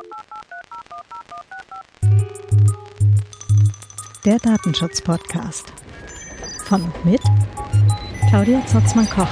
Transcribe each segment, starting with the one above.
Der Datenschutz-Podcast von und mit Claudia Zotzmann-Koch.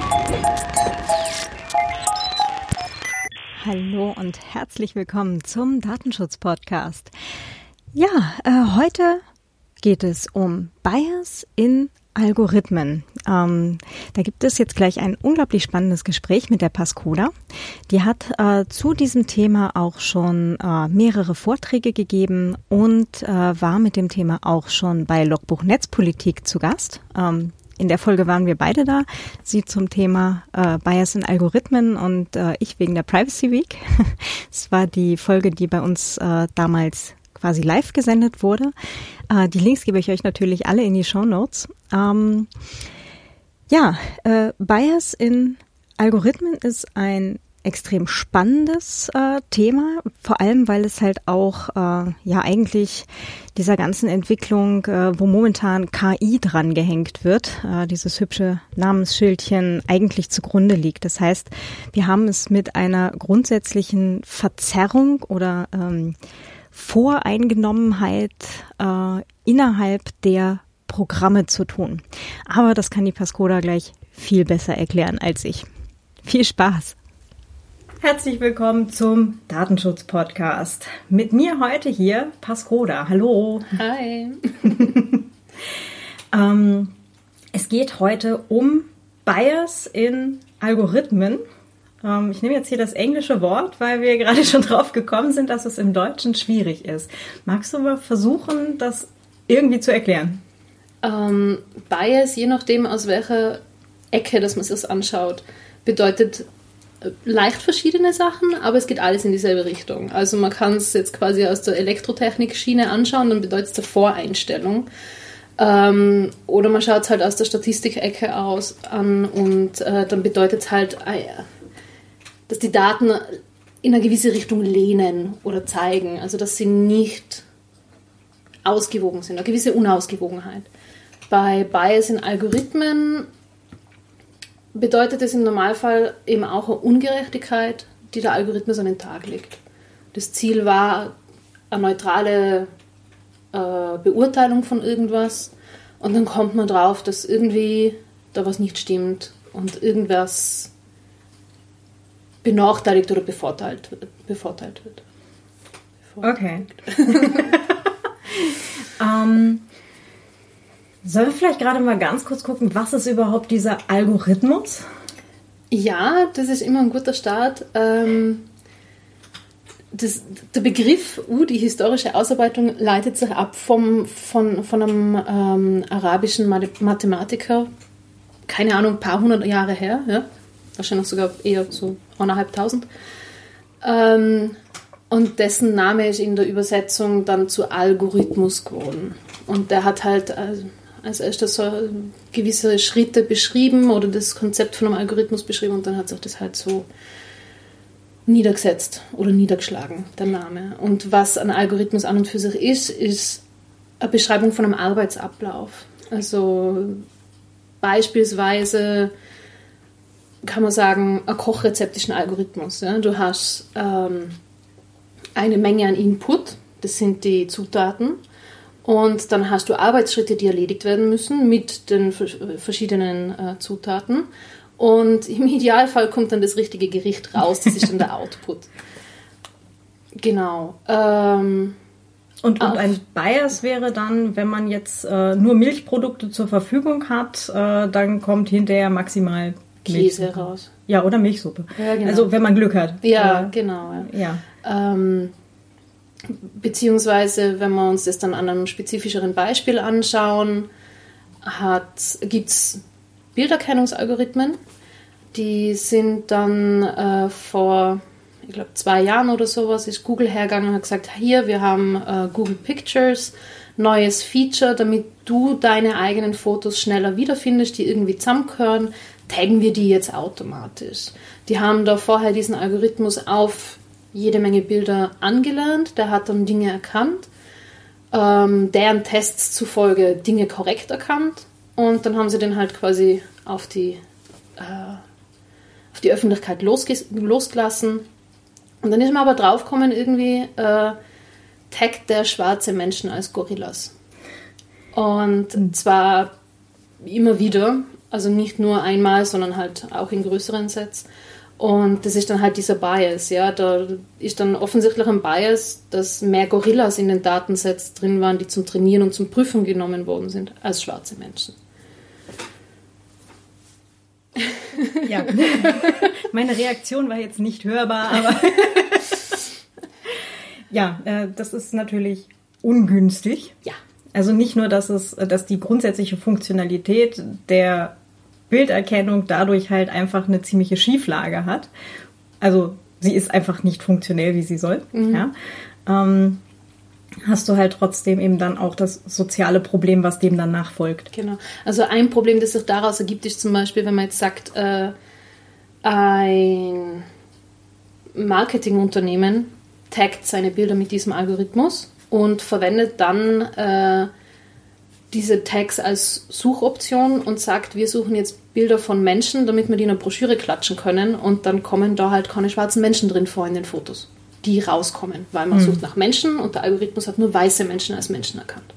Hallo und herzlich willkommen zum Datenschutz-Podcast. Ja, heute geht es um Bias in Algorithmen. Da gibt es jetzt gleich ein unglaublich spannendes Gespräch mit der Pascoda. Die hat zu diesem Thema auch schon mehrere Vorträge gegeben und war mit dem Thema auch schon bei Logbuch Netzpolitik zu Gast. In der Folge waren wir beide da. Sie zum Thema Bias in Algorithmen und ich wegen der Privacy Week. Es war die Folge, die bei uns damals quasi live gesendet wurde. Die Links gebe ich euch natürlich alle in die Shownotes. Bias in Algorithmen ist ein extrem spannendes Thema, vor allem, weil es halt auch eigentlich dieser ganzen Entwicklung, wo momentan KI dran gehängt wird, dieses hübsche Namensschildchen eigentlich zugrunde liegt. Das heißt, wir haben es mit einer grundsätzlichen Verzerrung oder Voreingenommenheit innerhalb der Programme zu tun. Aber das kann die Pascoda gleich viel besser erklären als ich. Viel Spaß! Herzlich willkommen zum Datenschutz-Podcast. Mit mir heute hier Pascoda. Hallo! Hi! Es geht heute um Bias in Algorithmen. Ich nehme jetzt hier das englische Wort, weil wir gerade schon drauf gekommen sind, dass es im Deutschen schwierig ist. Magst du mal versuchen, das irgendwie zu erklären? Bias, je nachdem aus welcher Ecke dass man es anschaut, bedeutet leicht verschiedene Sachen, aber es geht alles in dieselbe Richtung. Also man kann es jetzt quasi aus der Elektrotechnik-Schiene anschauen, dann bedeutet es eine Voreinstellung. Oder man schaut es halt aus der Statistik-Ecke an und dann bedeutet es halt, dass die Daten in eine gewisse Richtung lehnen oder zeigen, also dass sie nicht ausgewogen sind, eine gewisse Unausgewogenheit. Bei Bias in Algorithmen bedeutet es im Normalfall eben auch eine Ungerechtigkeit, die der Algorithmus an den Tag legt. Das Ziel war eine neutrale Beurteilung von irgendwas und dann kommt man drauf, dass irgendwie da was nicht stimmt und irgendwas benachteiligt oder bevorteilt wird. Okay. Sollen wir vielleicht gerade mal ganz kurz gucken, was ist überhaupt dieser Algorithmus? Ja, das ist immer ein guter Start. Der Begriff, die historische Ausarbeitung, leitet sich ab von einem arabischen Mathematiker, keine Ahnung, ein paar hundert Jahre her, ja? Wahrscheinlich sogar eher so 1.500. Und dessen Name ist in der Übersetzung dann zu Algorithmus geworden. Und der hat halt als erstes so gewisse Schritte beschrieben oder das Konzept von einem Algorithmus beschrieben und dann hat sich das halt so niedergesetzt oder niedergeschlagen, der Name. Und was ein Algorithmus an und für sich ist eine Beschreibung von einem Arbeitsablauf. Also beispielsweise kann man sagen, ein Kochrezept ist ein Algorithmus. Ja? Du hast eine Menge an Input, das sind die Zutaten, und dann hast du Arbeitsschritte, die erledigt werden müssen mit den verschiedenen Zutaten und im Idealfall kommt dann das richtige Gericht raus, das ist dann der Output. Genau. Und ein Bias wäre dann, wenn man jetzt nur Milchprodukte zur Verfügung hat, dann kommt hinterher maximal Käse raus. Ja, oder Milchsuppe. Ja, genau. Also wenn man Glück hat. Ja, genau. Ja. Beziehungsweise, wenn wir uns das dann an einem spezifischeren Beispiel anschauen, gibt es Bilderkennungsalgorithmen, die sind dann vor, ich glaube 2 Jahren oder sowas, ist Google hergegangen und hat gesagt, hier, wir haben Google Pictures, neues Feature, damit du deine eigenen Fotos schneller wiederfindest, die irgendwie zusammengehören, taggen wir die jetzt automatisch. Die haben da vorher diesen Algorithmus auf jede Menge Bilder angelernt, der hat dann Dinge erkannt, deren Tests zufolge Dinge korrekt erkannt und dann haben sie den halt quasi auf die Öffentlichkeit losgelassen Und dann ist man aber draufgekommen, irgendwie taggt der schwarze Menschen als Gorillas. Und zwar immer wieder, also nicht nur einmal, sondern halt auch in größeren Sets. Und das ist dann halt dieser Bias, ja. Da ist dann offensichtlich ein Bias, dass mehr Gorillas in den Datensets drin waren, die zum Trainieren und zum Prüfen genommen worden sind, als schwarze Menschen. Ja, meine Reaktion war jetzt nicht hörbar, aber ja, das ist natürlich ungünstig. Ja. Also nicht nur, dass die grundsätzliche Funktionalität der Bilderkennung dadurch halt einfach eine ziemliche Schieflage hat. Also sie ist einfach nicht funktionell, wie sie soll. Ja. Hast du halt trotzdem eben dann auch das soziale Problem, was dem dann nachfolgt. Genau. Also ein Problem, das sich daraus ergibt, ist zum Beispiel, wenn man jetzt sagt, ein Marketingunternehmen taggt seine Bilder mit diesem Algorithmus und verwendet dann diese Tags als Suchoption und sagt, wir suchen jetzt Bilder von Menschen, damit wir die in eine Broschüre klatschen können, und dann kommen da halt keine schwarzen Menschen drin vor in den Fotos, die rauskommen, weil man sucht nach Menschen und der Algorithmus hat nur weiße Menschen als Menschen erkannt.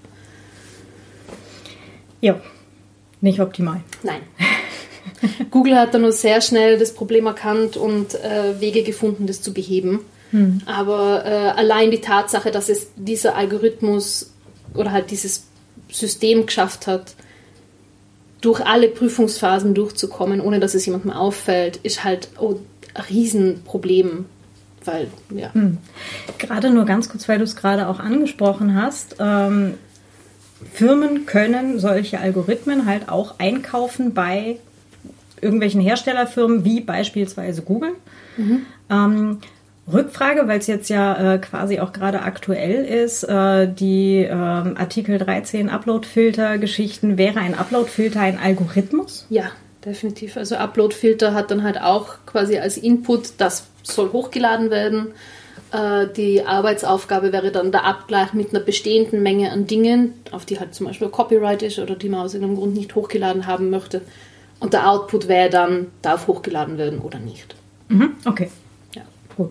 Ja, nicht optimal. Nein. Google hat da nur sehr schnell das Problem erkannt und Wege gefunden, das zu beheben. Aber allein die Tatsache, dass es dieser Algorithmus oder halt dieses System geschafft hat, durch alle Prüfungsphasen durchzukommen, ohne dass es jemandem auffällt, ist halt ein Riesenproblem. Weil, ja. Gerade nur ganz kurz, weil du es gerade auch angesprochen hast, Firmen können solche Algorithmen halt auch einkaufen bei irgendwelchen Herstellerfirmen, wie beispielsweise Google. Rückfrage, weil es jetzt ja quasi auch gerade aktuell ist, die Artikel 13 Upload-Filter-Geschichten. Wäre ein Upload-Filter ein Algorithmus? Ja, definitiv. Also Upload-Filter hat dann halt auch quasi als Input, das soll hochgeladen werden. Die Arbeitsaufgabe wäre dann der Abgleich mit einer bestehenden Menge an Dingen, auf die halt zum Beispiel Copyright ist oder die man aus irgendeinem Grund nicht hochgeladen haben möchte. Und der Output wäre dann, darf hochgeladen werden oder nicht. Okay. Ja. Gut.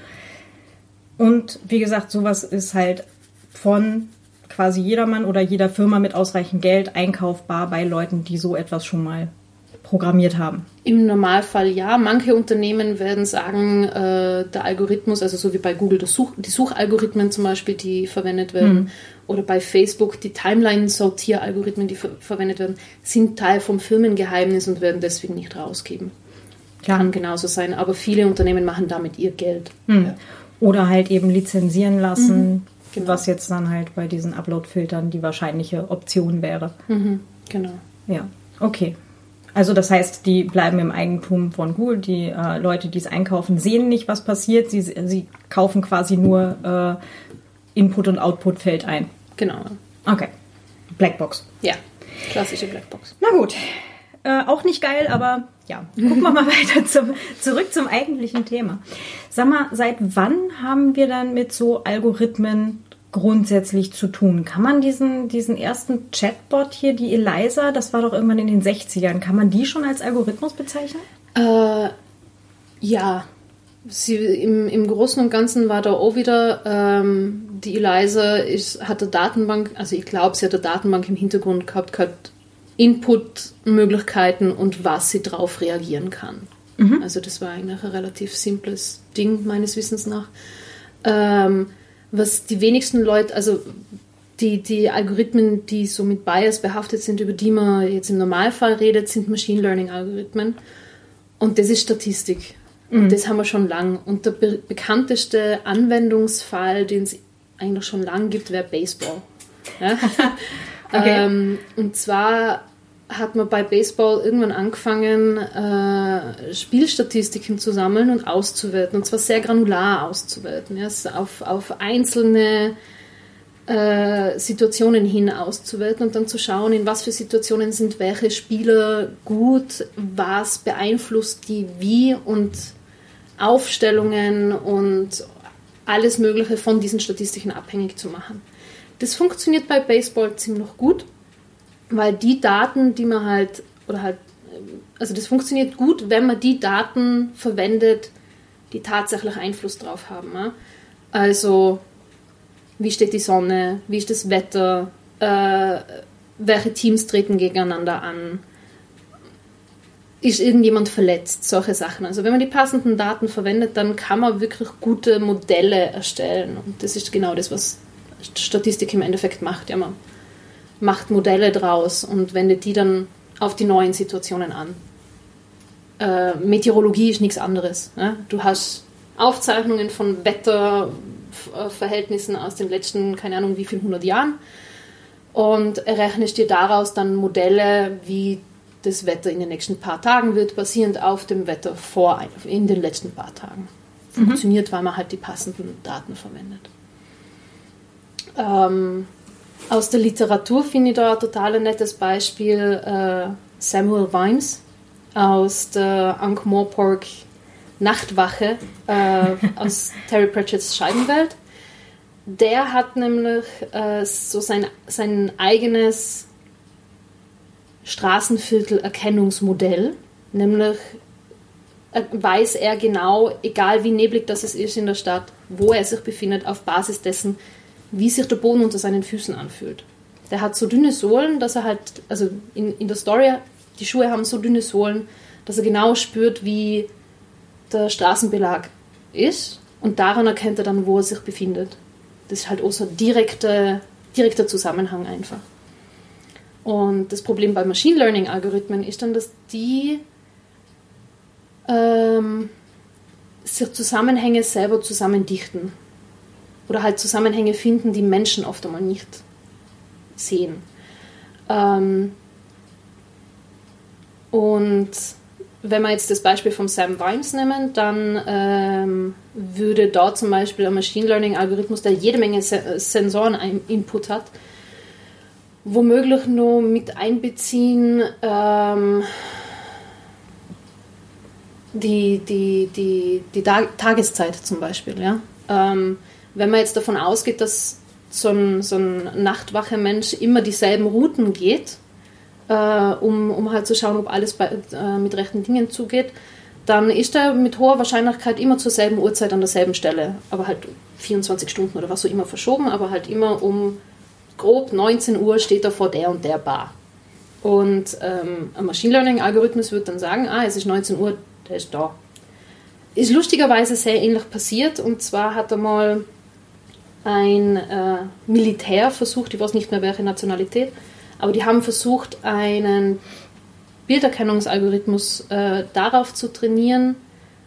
Und wie gesagt, sowas ist halt von quasi jedermann oder jeder Firma mit ausreichend Geld einkaufbar bei Leuten, die so etwas schon mal programmiert haben. Im Normalfall ja. Manche Unternehmen werden sagen, der Algorithmus, also so wie bei Google die Suchalgorithmen zum Beispiel, die verwendet werden, oder bei Facebook die Timeline-Sortieralgorithmen, die verwendet werden, sind Teil vom Firmengeheimnis und werden deswegen nicht rausgeben. Klar. Kann genauso sein, aber viele Unternehmen machen damit ihr Geld. Ja. Oder halt eben lizenzieren lassen, Genau. was jetzt dann halt bei diesen Upload-Filtern die wahrscheinliche Option wäre. Genau. Ja, okay. Also das heißt, die bleiben im Eigentum von Google. Die Leute, die es einkaufen, sehen nicht, was passiert. Sie kaufen quasi nur Input- und Output-Feld ein. Genau. Okay. Blackbox. Ja, klassische Blackbox. Na gut. Auch nicht geil, aber ja. Gucken wir mal weiter zurück zum eigentlichen Thema. Sag mal, seit wann haben wir dann mit so Algorithmen grundsätzlich zu tun? Kann man diesen ersten Chatbot hier, die Eliza, das war doch irgendwann in den 60ern, kann man die schon als Algorithmus bezeichnen? Ja. Im Großen und Ganzen war da auch wieder, die Eliza hat eine Datenbank, also ich glaube, sie hat eine Datenbank im Hintergrund gehabt Input-Möglichkeiten und was sie drauf reagieren kann. Also das war eigentlich ein relativ simples Ding, meines Wissens nach. Was die wenigsten Leute, also die Algorithmen, die so mit Bias behaftet sind, über die man jetzt im Normalfall redet, sind Machine Learning-Algorithmen. Und das ist Statistik. Und das haben wir schon lang. Und der bekannteste Anwendungsfall, den es eigentlich schon lang gibt, wäre Baseball. Ja? Okay. Und zwar hat man bei Baseball irgendwann angefangen, Spielstatistiken zu sammeln und auszuwerten. Und zwar sehr granular auszuwerten. Ja? Auf einzelne Situationen hin auszuwerten und dann zu schauen, in was für Situationen sind welche Spieler gut, was beeinflusst die wie, und Aufstellungen und alles Mögliche von diesen Statistiken abhängig zu machen. Das funktioniert bei Baseball ziemlich gut, weil die Daten, die man also das funktioniert gut, wenn man die Daten verwendet, die tatsächlich Einfluss drauf haben. Ja? Also, wie steht die Sonne, wie ist das Wetter, welche Teams treten gegeneinander an, ist irgendjemand verletzt, solche Sachen. Also wenn man die passenden Daten verwendet, dann kann man wirklich gute Modelle erstellen. Und das ist genau das, was Statistik im Endeffekt macht. Ja, man macht Modelle draus und wendet die dann auf die neuen Situationen an. Meteorologie ist nichts anderes. Ne? Du hast Aufzeichnungen von Wetterverhältnissen aus den letzten, keine Ahnung wie viel 100 Jahren und errechnest dir daraus dann Modelle, wie das Wetter in den nächsten paar Tagen wird, basierend auf dem Wetter in den letzten paar Tagen. Funktioniert, weil man halt die passenden Daten verwendet. Aus der Literatur finde ich da ein total nettes Beispiel Samuel Vimes aus der Ankh-Morpork Nachtwache aus Terry Pratchett's Scheibenwelt. Der hat nämlich so sein eigenes Straßenviertel-Erkennungsmodell, nämlich weiß er genau, egal wie neblig das ist in der Stadt, wo er sich befindet, auf Basis dessen, wie sich der Boden unter seinen Füßen anfühlt. Der hat so dünne Sohlen, dass er halt, also in der Story, die Schuhe haben so dünne Sohlen, dass er genau spürt, wie der Straßenbelag ist und daran erkennt er dann, wo er sich befindet. Das ist halt auch so ein direkter Zusammenhang einfach. Und das Problem bei Machine Learning Algorithmen ist dann, dass die sich Zusammenhänge selber zusammendichten oder halt Zusammenhänge finden, die Menschen oft einmal nicht sehen. Und wenn wir jetzt das Beispiel von Sam Vimes nehmen, dann würde dort zum Beispiel ein Machine Learning Algorithmus, der jede Menge Sensoren Input hat, womöglich nur mit einbeziehen die Tageszeit zum Beispiel. Ja? Wenn man jetzt davon ausgeht, dass so ein Nachtwache-Mensch immer dieselben Routen geht, um halt zu schauen, ob alles mit rechten Dingen zugeht, dann ist er mit hoher Wahrscheinlichkeit immer zur selben Uhrzeit an derselben Stelle, aber halt 24 Stunden oder was so immer verschoben, aber halt immer um grob 19 Uhr steht er vor der und der Bar. Und ein Machine Learning Algorithmus wird dann sagen, es ist 19 Uhr, der ist da. Ist lustigerweise sehr ähnlich passiert, und zwar hat einmal ein Militär versucht, ich weiß nicht mehr welche Nationalität, aber die haben versucht, einen Bilderkennungsalgorithmus darauf zu trainieren,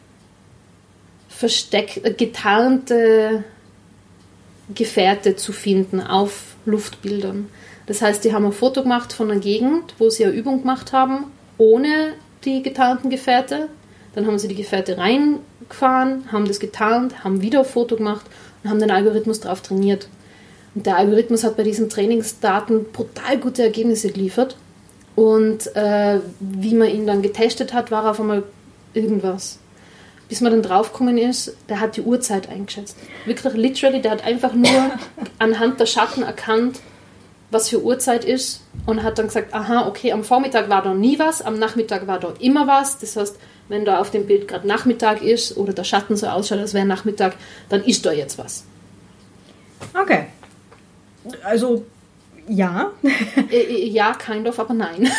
getarnte Gefährte zu finden auf Luftbildern. Das heißt, die haben ein Foto gemacht von einer Gegend, wo sie eine Übung gemacht haben, ohne die getarnten Gefährte. Dann haben sie die Gefährte reingefahren, haben das getarnt, haben wieder ein Foto gemacht und haben den Algorithmus darauf trainiert. Und der Algorithmus hat bei diesen Trainingsdaten brutal gute Ergebnisse geliefert. Und wie man ihn dann getestet hat, war auf einmal irgendwas. Bis man dann draufgekommen ist, der hat die Uhrzeit eingeschätzt. Wirklich, literally, der hat einfach nur anhand der Schatten erkannt, was für Uhrzeit ist, und hat dann gesagt, aha, okay, am Vormittag war da nie was, am Nachmittag war da immer was. Das heißt, wenn da auf dem Bild gerade Nachmittag ist oder der Schatten so ausschaut, als wäre Nachmittag, dann ist da jetzt was. Okay. Also, ja. Ja, kind of, aber nein.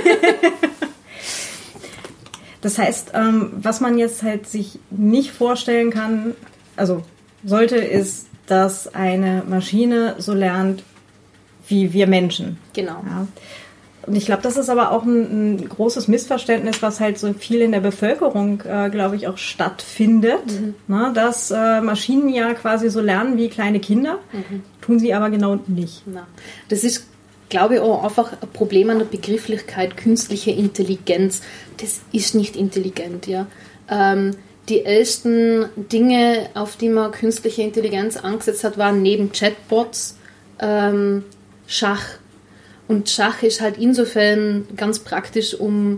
Das heißt, was man jetzt halt sich nicht vorstellen kann, also sollte, ist, dass eine Maschine so lernt wie wir Menschen. Genau. Ja. Und ich glaube, das ist aber auch ein großes Missverständnis, was halt so viel in der Bevölkerung, glaube ich, auch stattfindet, ne? Dass Maschinen ja quasi so lernen wie kleine Kinder, tun sie aber genau nicht. Na, das ist, glaube ich, auch einfach ein Problem an der Begrifflichkeit künstliche Intelligenz. Das ist nicht intelligent, ja. Die ersten Dinge, auf die man künstliche Intelligenz angesetzt hat, waren neben Chatbots Schach. Und Schach ist halt insofern ganz praktisch, um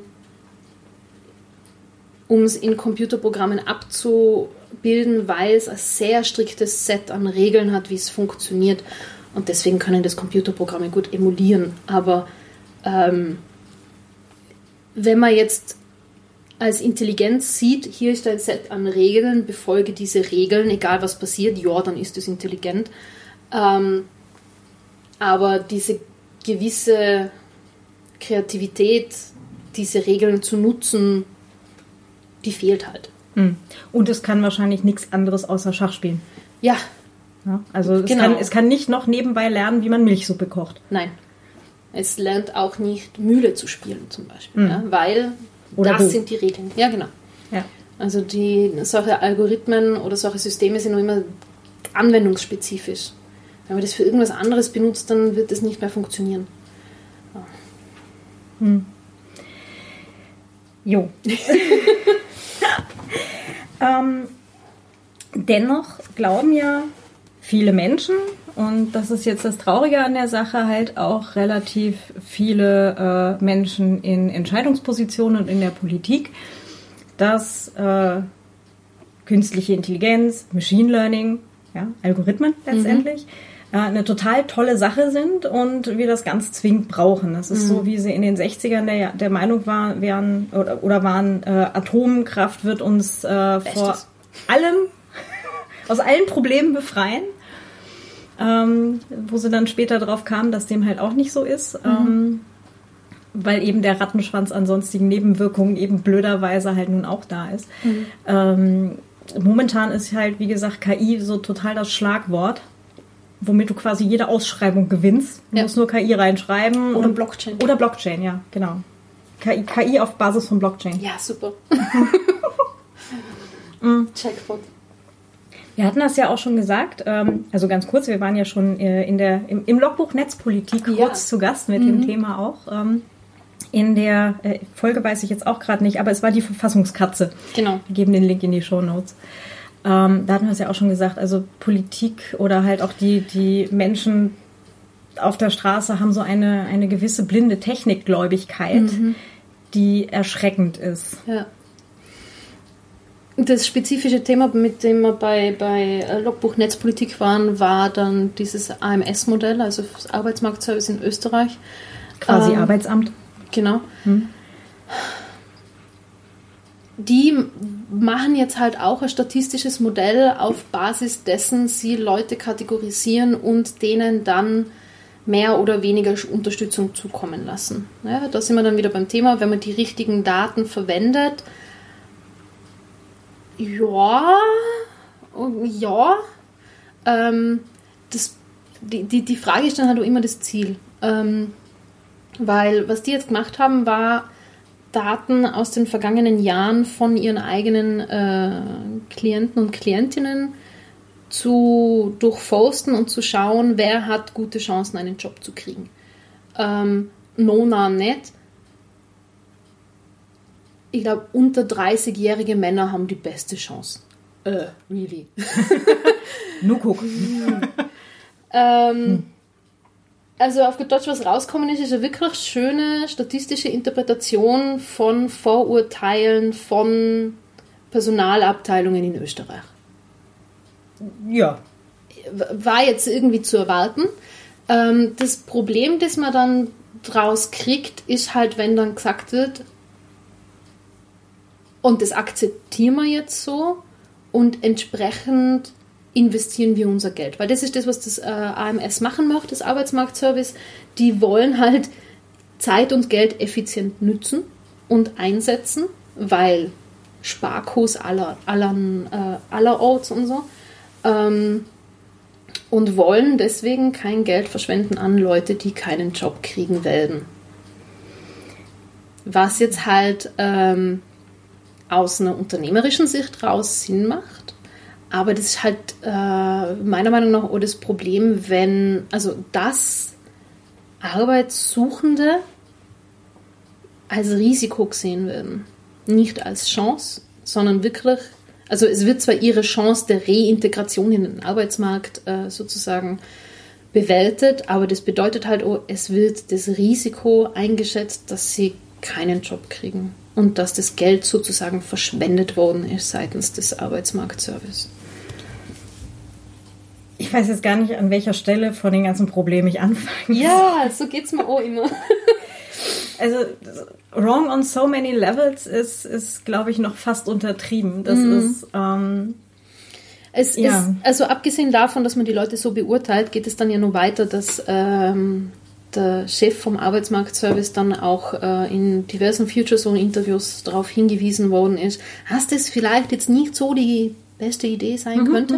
es in Computerprogrammen abzubilden, weil es ein sehr striktes Set an Regeln hat, wie es funktioniert. Und deswegen können das Computerprogramme gut emulieren. Aber wenn man jetzt als Intelligenz sieht, hier ist ein Set an Regeln, befolge diese Regeln, egal was passiert, ja, dann ist es intelligent. Aber diese gewisse Kreativität, diese Regeln zu nutzen, die fehlt halt. Und es kann wahrscheinlich nichts anderes außer Schach spielen. Ja. Also es kann nicht noch nebenbei lernen, wie man Milchsuppe kocht. Nein. Es lernt auch nicht Mühle zu spielen zum Beispiel, ja, weil das sind die Regeln. Ja, genau. Ja. Also solche Algorithmen oder solche Systeme sind noch immer anwendungsspezifisch. Wenn man das für irgendwas anderes benutzt, dann wird das nicht mehr funktionieren. Jo. Dennoch glauben ja viele Menschen, und das ist jetzt das Traurige an der Sache, halt auch relativ viele Menschen in Entscheidungspositionen und in der Politik, dass künstliche Intelligenz, Machine Learning, ja, Algorithmen letztendlich, eine total tolle Sache sind und wir das ganz zwingend brauchen. Das ist so, wie sie in den 60ern der Meinung waren, Atomkraft wird uns vor allem, aus allen Problemen befreien. Wo sie dann später drauf kamen, dass dem halt auch nicht so ist, weil eben der Rattenschwanz an sonstigen Nebenwirkungen eben blöderweise halt nun auch da ist. Momentan ist halt, wie gesagt, KI so total das Schlagwort, womit du quasi jede Ausschreibung gewinnst. Du musst nur KI reinschreiben. Oder Blockchain. Oder Blockchain, ja, genau. KI auf Basis von Blockchain. Ja, super. Checkpot. Wir hatten das ja auch schon gesagt, also ganz kurz, wir waren ja schon im Logbuch Netzpolitik kurz zu Gast mit dem Thema auch. In der Folge weiß ich jetzt auch gerade nicht, aber es war die Verfassungskatze. Genau. Wir geben den Link in die Shownotes. Da hatten wir es ja auch schon gesagt, also Politik oder halt auch die Menschen auf der Straße haben so eine gewisse blinde Technikgläubigkeit, die erschreckend ist. Ja. Das spezifische Thema, mit dem wir bei Logbuch Netzpolitik waren, war dann dieses AMS-Modell, also das Arbeitsmarktservice in Österreich. Quasi Arbeitsamt. Genau. Die machen jetzt halt auch ein statistisches Modell, auf Basis dessen sie Leute kategorisieren und denen dann mehr oder weniger Unterstützung zukommen lassen. Ja, da sind wir dann wieder beim Thema, wenn man die richtigen Daten verwendet. Ja. Die Frage ist dann halt auch immer das Ziel. Weil was die jetzt gemacht haben, war Daten aus den vergangenen Jahren von ihren eigenen Klienten und Klientinnen zu durchforsten und zu schauen, wer hat gute Chancen, einen Job zu kriegen. Nona nicht. Ich glaube, unter 30-jährige Männer haben die beste Chance. Really? Nur guck. Also auf gut Deutsch, was rauskommen ist eine wirklich schöne statistische Interpretation von Vorurteilen von Personalabteilungen in Österreich. Ja. War jetzt irgendwie zu erwarten. Das Problem, das man dann draus kriegt, ist halt, wenn dann gesagt wird, und das akzeptieren wir jetzt so und entsprechend investieren wir unser Geld. Weil das ist das, was das AMS machen macht, das Arbeitsmarktservice. Die wollen halt Zeit und Geld effizient nützen und einsetzen, weil Sparkurs allerorts und so. Und wollen deswegen kein Geld verschwenden an Leute, die keinen Job kriegen werden. Was jetzt halt aus einer unternehmerischen Sicht raus Sinn macht. Aber das ist halt meiner Meinung nach auch das Problem, dass Arbeitssuchende als Risiko gesehen werden. Nicht als Chance, sondern wirklich, also es wird zwar ihre Chance der Reintegration in den Arbeitsmarkt sozusagen bewertet, aber das bedeutet halt auch, es wird das Risiko eingeschätzt, dass sie keinen Job kriegen und dass das Geld sozusagen verschwendet worden ist seitens des Arbeitsmarktservice. Ich weiß jetzt gar nicht, an welcher Stelle von den ganzen Problemen ich anfange. Ja, so geht es mir auch immer. Also wrong on so many levels ist glaube ich, noch fast untertrieben. Das ist... Es ist, also abgesehen davon, dass man die Leute so beurteilt, geht es dann ja nur weiter, dass der Chef vom Arbeitsmarktservice dann auch in diversen Future Zone Interviews darauf hingewiesen worden ist, dass das vielleicht jetzt nicht so die beste Idee sein könnte.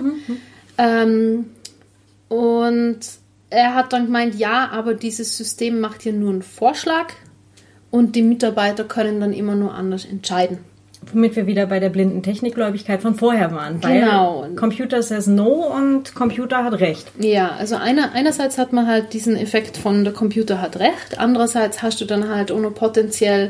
Und er hat dann gemeint, ja, aber dieses System macht ja nur einen Vorschlag und die Mitarbeiter können dann immer nur anders entscheiden. Womit wir wieder bei der blinden Technikgläubigkeit von vorher waren. Genau. Weil Computer says no und Computer hat recht. Ja, also einerseits hat man halt diesen Effekt von der Computer hat recht, andererseits hast du dann halt auch noch potenziell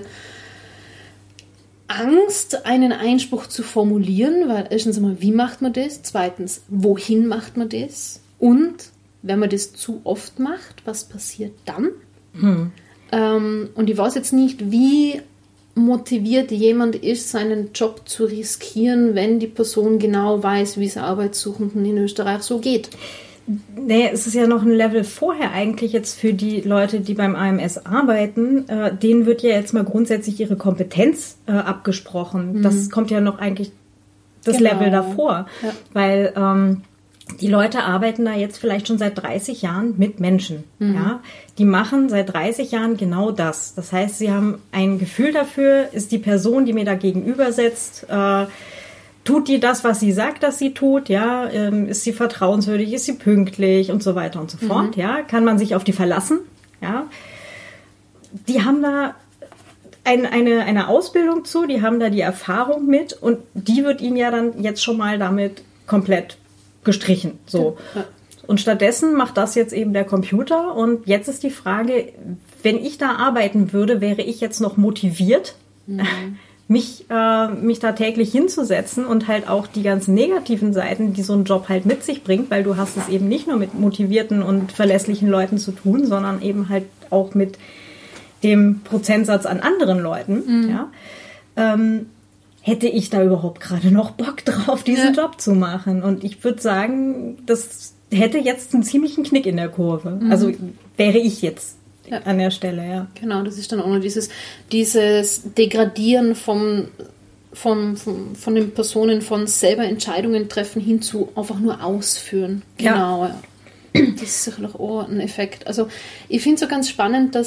Angst, einen Einspruch zu formulieren, weil erstens einmal, wie macht man das? Zweitens, wohin macht man das? Und wenn man das zu oft macht, was passiert dann? Und ich weiß jetzt nicht, wie motiviert jemand ist, seinen Job zu riskieren, wenn die Person genau weiß, wie es Arbeitssuchenden in Österreich so geht. Nee, es ist ja noch ein Level vorher eigentlich jetzt für die Leute, die beim AMS arbeiten. Denen wird ja jetzt mal grundsätzlich ihre Kompetenz abgesprochen. Das kommt ja noch eigentlich das Level davor. Ja. Weil die Leute arbeiten da jetzt vielleicht schon seit 30 Jahren mit Menschen. Ja? Die machen seit 30 Jahren genau das. Das heißt, sie haben ein Gefühl dafür, ist die Person, die mir da gegenüber sitzt, tut die das, was sie sagt, dass sie tut, ja, ist sie vertrauenswürdig, ist sie pünktlich und so weiter und so fort, ja, kann man sich auf die verlassen, ja. Die haben da eine Ausbildung zu, die haben da die Erfahrung mit und die wird ihnen ja dann jetzt schon mal damit komplett gestrichen, so. Ja. Und stattdessen macht das jetzt eben der Computer und jetzt ist die Frage, wenn ich da arbeiten würde, wäre ich jetzt noch motiviert, mich da täglich hinzusetzen und halt auch die ganzen negativen Seiten, die so ein Job halt mit sich bringt, weil du hast es eben nicht nur mit motivierten und verlässlichen Leuten zu tun, sondern eben halt auch mit dem Prozentsatz an anderen Leuten, ja, hätte ich da überhaupt gerade noch Bock drauf, diesen Job zu machen. Und ich würde sagen, das hätte jetzt einen ziemlichen Knick in der Kurve. Also wäre ich jetzt an der Stelle, ja. Genau, das ist dann auch noch dieses Degradieren von den Personen, von selber Entscheidungen treffen hin zu einfach nur ausführen. Genau, ja. Das ist sicherlich auch ein Effekt. Also ich finde es so ganz spannend,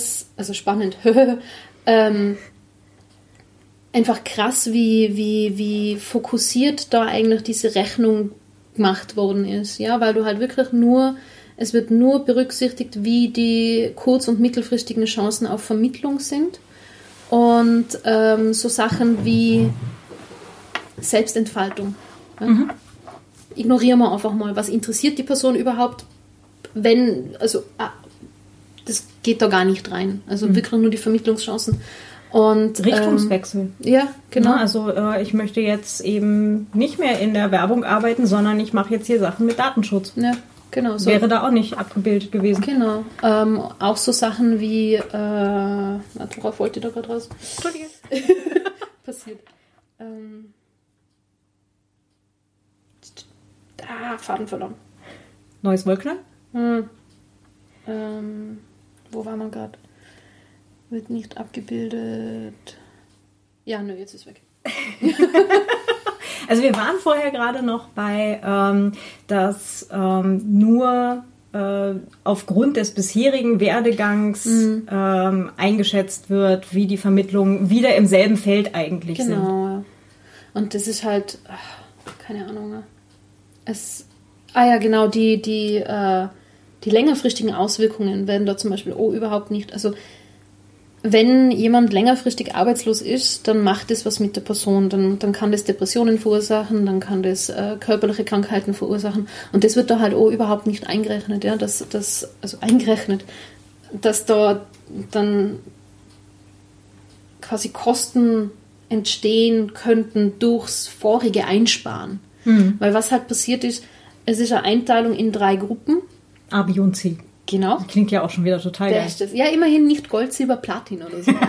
einfach krass, wie fokussiert da eigentlich diese Rechnung gemacht worden ist. Ja, weil du halt wirklich es wird nur berücksichtigt, wie die kurz- und mittelfristigen Chancen auf Vermittlung sind. Und so Sachen wie Selbstentfaltung. Ja? Ignorieren wir einfach mal, was interessiert die Person überhaupt, das geht da gar nicht rein. Also wirklich nur die Vermittlungschancen. Und, Richtungswechsel. Ja, genau. Also ich möchte jetzt eben nicht mehr in der Werbung arbeiten, sondern ich mache jetzt hier Sachen mit Datenschutz. Ja, genau. So. Wäre da auch nicht abgebildet gewesen. Genau. Auch so Sachen wie, worauf wollte ich da gerade raus? Entschuldige. Passiert. Faden verloren. Neues Wollknall? Wo war man gerade? Wird nicht abgebildet. Ja, nö, jetzt ist weg. Also wir waren vorher gerade noch bei, dass nur aufgrund des bisherigen Werdegangs eingeschätzt wird, wie die Vermittlungen wieder im selben Feld eigentlich sind. Genau. Und das ist halt, keine Ahnung. Genau, die längerfristigen Auswirkungen werden da zum Beispiel überhaupt nicht, also wenn jemand längerfristig arbeitslos ist, dann macht das was mit der Person. Dann kann das Depressionen verursachen, dann kann das körperliche Krankheiten verursachen. Und das wird da halt auch überhaupt nicht eingerechnet. Ja? Dass da dann quasi Kosten entstehen könnten durchs vorige Einsparen. Weil was halt passiert ist, es ist eine Einteilung in 3 Gruppen. A, B und C. Genau. Das klingt ja auch schon wieder total geil. Ja, immerhin nicht Gold, Silber, Platin oder so.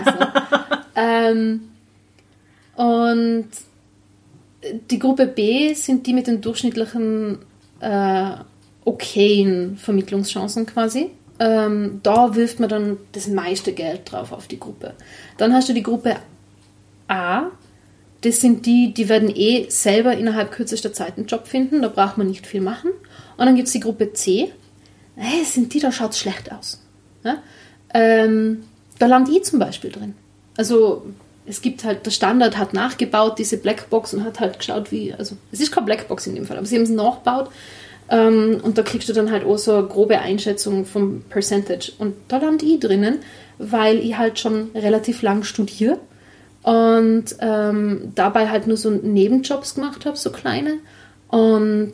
Und die Gruppe B sind die mit den durchschnittlichen okayen Vermittlungschancen quasi. da wirft man dann das meiste Geld drauf auf die Gruppe. Dann hast du die Gruppe A, das sind die werden selber innerhalb kürzester Zeit einen Job finden, da braucht man nicht viel machen. Und dann gibt es die Gruppe C, da schaut es schlecht aus. Ja? Da lande ich zum Beispiel drin. Also es gibt halt, der Standard hat nachgebaut, diese Blackbox, und hat halt geschaut, es ist keine Blackbox in dem Fall, aber sie haben es nachgebaut. Und da kriegst du dann halt auch so eine grobe Einschätzung vom Percentage. Und da lande ich drinnen, weil ich halt schon relativ lang studiere und dabei halt nur so Nebenjobs gemacht habe, so kleine. Und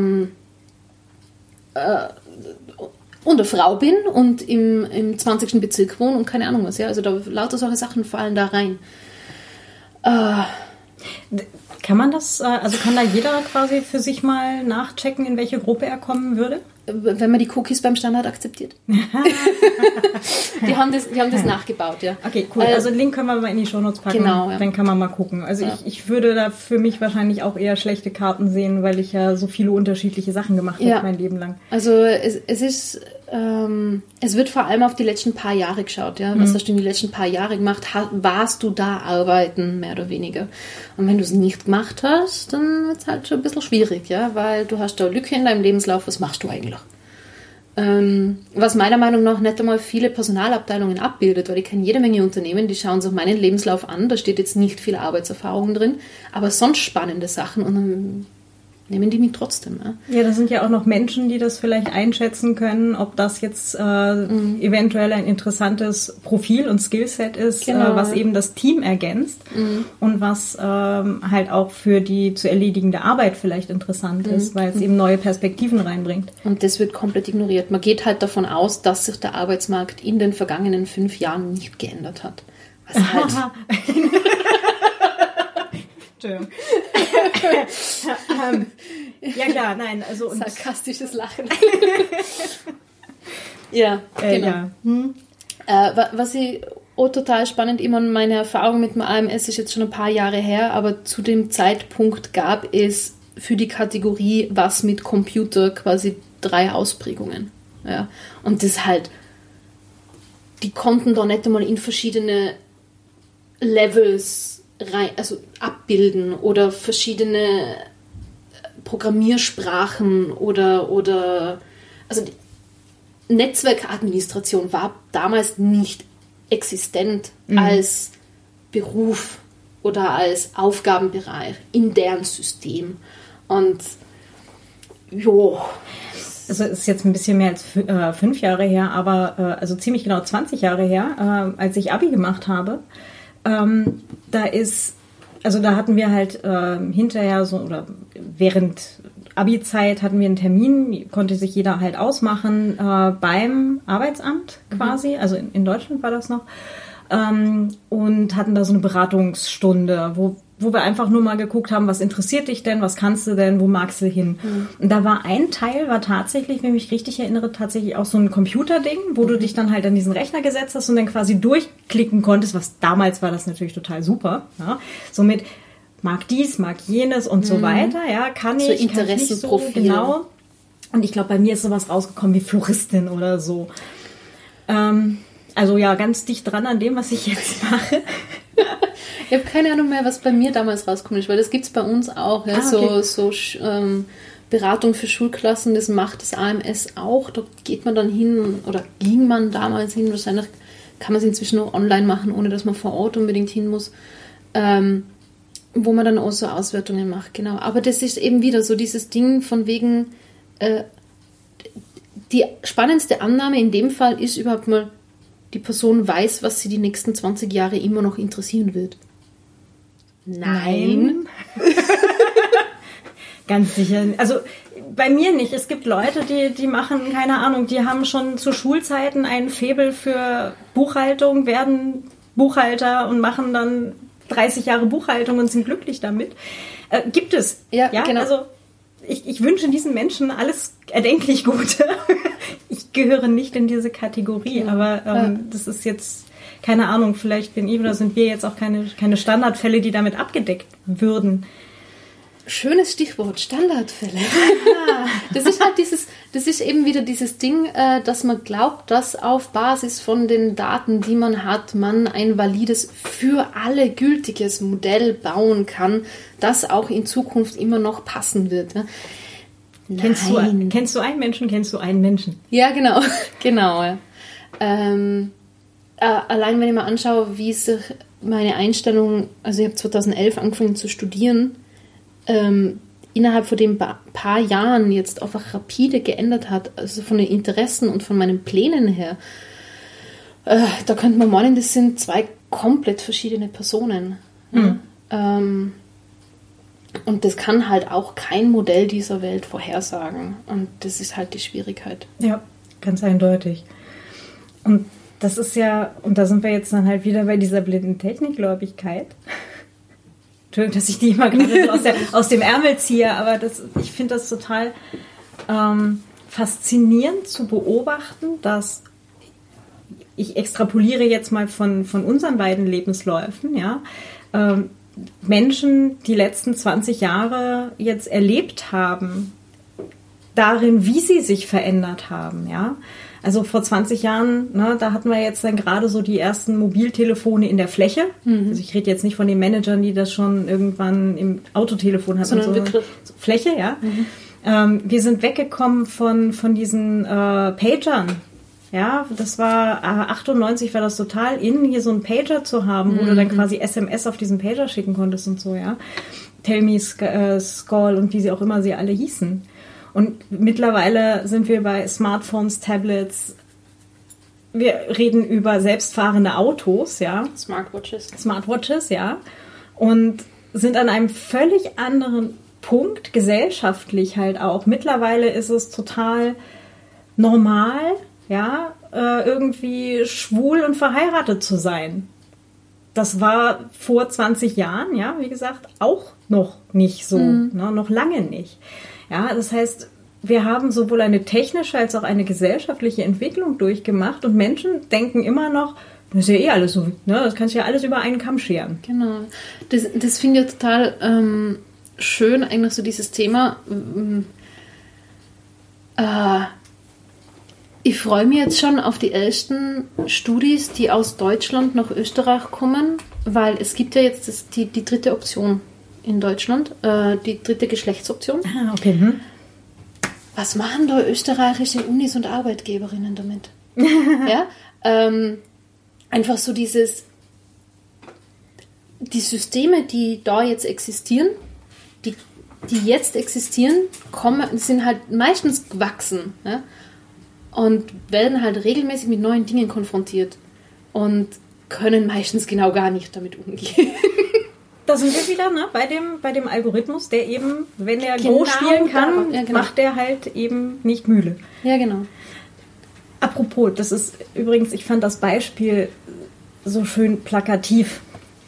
eine Frau bin und im 20. Bezirk wohne und keine Ahnung was. Ja? Also da lauter solche Sachen fallen da rein. Kann man das, also kann da jeder quasi für sich mal nachchecken, in welche Gruppe er kommen würde? Wenn man die Cookies beim Standard akzeptiert. die haben das nachgebaut, ja. Okay, cool. Also den Link können wir mal in die Shownotes packen. Genau, ja. Dann kann man mal gucken. Also ja. Ich würde da für mich wahrscheinlich auch eher schlechte Karten sehen, weil ich ja so viele unterschiedliche Sachen gemacht habe mein Leben lang. Also es wird vor allem auf die letzten paar Jahre geschaut, ja. Was hast du in den letzten paar Jahren gemacht? Warst du da arbeiten, mehr oder weniger? Und wenn du es nicht gemacht hast, dann wird es halt schon ein bisschen schwierig, ja, weil du hast da eine Lücke in deinem Lebenslauf. Was machst du eigentlich? Was meiner Meinung nach nicht einmal viele Personalabteilungen abbildet, weil ich kenne jede Menge Unternehmen, die schauen sich meinen Lebenslauf an, da steht jetzt nicht viel Arbeitserfahrung drin, aber sonst spannende Sachen, und dann nehmen die mich trotzdem. Ja, das sind ja auch noch Menschen, die das vielleicht einschätzen können, ob das jetzt eventuell ein interessantes Profil und Skillset ist, was eben das Team ergänzt und was halt auch für die zu erledigende Arbeit vielleicht interessant ist, weil es eben neue Perspektiven reinbringt. Und das wird komplett ignoriert. Man geht halt davon aus, dass sich der Arbeitsmarkt in den vergangenen 5 Jahren nicht geändert hat. Was halt... Ja klar, nein, also sarkastisches Lachen. Ja, genau. Was ich auch total spannend, immer meine Erfahrung mit dem AMS ist jetzt schon ein paar Jahre her, aber zu dem Zeitpunkt gab es für die Kategorie was mit Computer quasi 3 Ausprägungen. Ja. Und das halt, die konnten da nicht einmal in verschiedene Levels abbilden oder verschiedene Programmiersprachen oder also die Netzwerkadministration war damals nicht existent als Beruf oder als Aufgabenbereich in deren System. Und also es ist jetzt ein bisschen mehr als 5 Jahre her, aber also ziemlich genau 20 Jahre her, als ich Abi gemacht habe. Da hatten wir halt hinterher so, oder während Abi-Zeit hatten wir einen Termin, konnte sich jeder halt ausmachen beim Arbeitsamt quasi, also in Deutschland war das noch, und hatten da so eine Beratungsstunde, wo wir einfach nur mal geguckt haben, was interessiert dich denn, was kannst du denn, wo magst du hin? Und da war ein Teil, tatsächlich, wenn ich mich richtig erinnere, tatsächlich auch so ein Computerding, wo du dich dann halt an diesen Rechner gesetzt hast und dann quasi durchklicken konntest, was damals war das natürlich total super. Ja? Somit mag dies, mag jenes und so weiter, ja, kann so ich, kann ich nicht so, genau. Und ich glaube, bei mir ist sowas rausgekommen wie Floristin oder so. Also ja, ganz dicht dran an dem, was ich jetzt mache. Ich habe keine Ahnung mehr, was bei mir damals rauskommt, weil das gibt es bei uns auch. Ja? Okay. So Beratung für Schulklassen, das macht das AMS auch. Da geht man dann hin, oder ging man damals hin, wahrscheinlich kann man es inzwischen auch online machen, ohne dass man vor Ort unbedingt hin muss, wo man dann auch so Auswertungen macht. Genau. Aber das ist eben wieder so dieses Ding von wegen, die spannendste Annahme in dem Fall ist überhaupt mal, die Person weiß, was sie die nächsten 20 Jahre immer noch interessieren wird. Nein. Ganz sicher. Also bei mir nicht. Es gibt Leute, die machen, keine Ahnung, die haben schon zu Schulzeiten ein Faible für Buchhaltung, werden Buchhalter und machen dann 30 Jahre Buchhaltung und sind glücklich damit. Gibt es. Ja, genau. Also ich wünsche diesen Menschen alles erdenklich Gute. Ich gehöre nicht in diese Kategorie, aber das ist jetzt, keine Ahnung, vielleicht bin ich oder sind wir jetzt auch keine Standardfälle, die damit abgedeckt würden. Schönes Stichwort, Standardfälle. Das ist eben wieder dieses Ding, dass man glaubt, dass auf Basis von den Daten, die man hat, man ein valides, für alle gültiges Modell bauen kann, das auch in Zukunft immer noch passen wird. Kennst du einen Menschen, kennst du einen Menschen? Ja, genau. Genau. Ja. Allein wenn ich mal anschaue, wie sich meine Einstellung, also ich habe 2011 angefangen zu studieren, innerhalb von den paar Jahren jetzt einfach rapide geändert hat, also von den Interessen und von meinen Plänen her, da könnte man meinen, das sind zwei komplett verschiedene Personen. Und das kann halt auch kein Modell dieser Welt vorhersagen. Und das ist halt die Schwierigkeit. Ja, ganz eindeutig. Und das ist ja, und da sind wir jetzt dann halt wieder bei dieser blinden Technikgläubigkeit. Entschuldigung, dass ich die immer gerade so aus dem Ärmel ziehe, aber ich finde das total faszinierend zu beobachten, dass ich extrapoliere jetzt mal von unseren beiden Lebensläufen, ja, Menschen die letzten 20 Jahre jetzt erlebt haben, darin, wie sie sich verändert haben, ja. Also vor 20 Jahren, ne, da hatten wir jetzt dann gerade so die ersten Mobiltelefone in der Fläche. Also ich rede jetzt nicht von den Managern, die das schon irgendwann im Autotelefon hatten. Sondern so Fläche, ja. Wir sind weggekommen von diesen Pagern. Ja, das war 98 war das total in, hier so einen Pager zu haben, wo du dann quasi SMS auf diesen Pager schicken konntest und so, ja. Tell Me, Skoll und wie sie auch immer sie alle hießen. Und mittlerweile sind wir bei Smartphones, Tablets, wir reden über selbstfahrende Autos, ja. Smartwatches, ja. Und sind an einem völlig anderen Punkt, gesellschaftlich halt auch. Mittlerweile ist es total normal, ja, irgendwie schwul und verheiratet zu sein. Das war vor 20 Jahren, ja, wie gesagt, auch noch nicht so, ne, noch lange nicht. Ja, das heißt, wir haben sowohl eine technische als auch eine gesellschaftliche Entwicklung durchgemacht und Menschen denken immer noch, das ist ja eh alles so, ne? Das kannst du ja alles über einen Kamm scheren. Genau. Das finde ich total schön, eigentlich so dieses Thema. Ich freue mich jetzt schon auf die ersten Studis, die aus Deutschland nach Österreich kommen, weil es gibt ja jetzt die dritte Option in Deutschland, die dritte Geschlechtsoption. Ah, okay. Was machen da österreichische Unis und Arbeitgeberinnen damit? Ja? Einfach so die Systeme, die da jetzt existieren, die jetzt existieren, sind halt meistens gewachsen, ja? Und werden halt regelmäßig mit neuen Dingen konfrontiert und können meistens genau gar nicht damit umgehen. Da sind wir wieder, ne, bei dem Algorithmus, der eben, wenn er Go spielen kann, ja, genau, macht der halt eben nicht Mühle. Ja, genau. Apropos, das ist übrigens, ich fand das Beispiel so schön plakativ.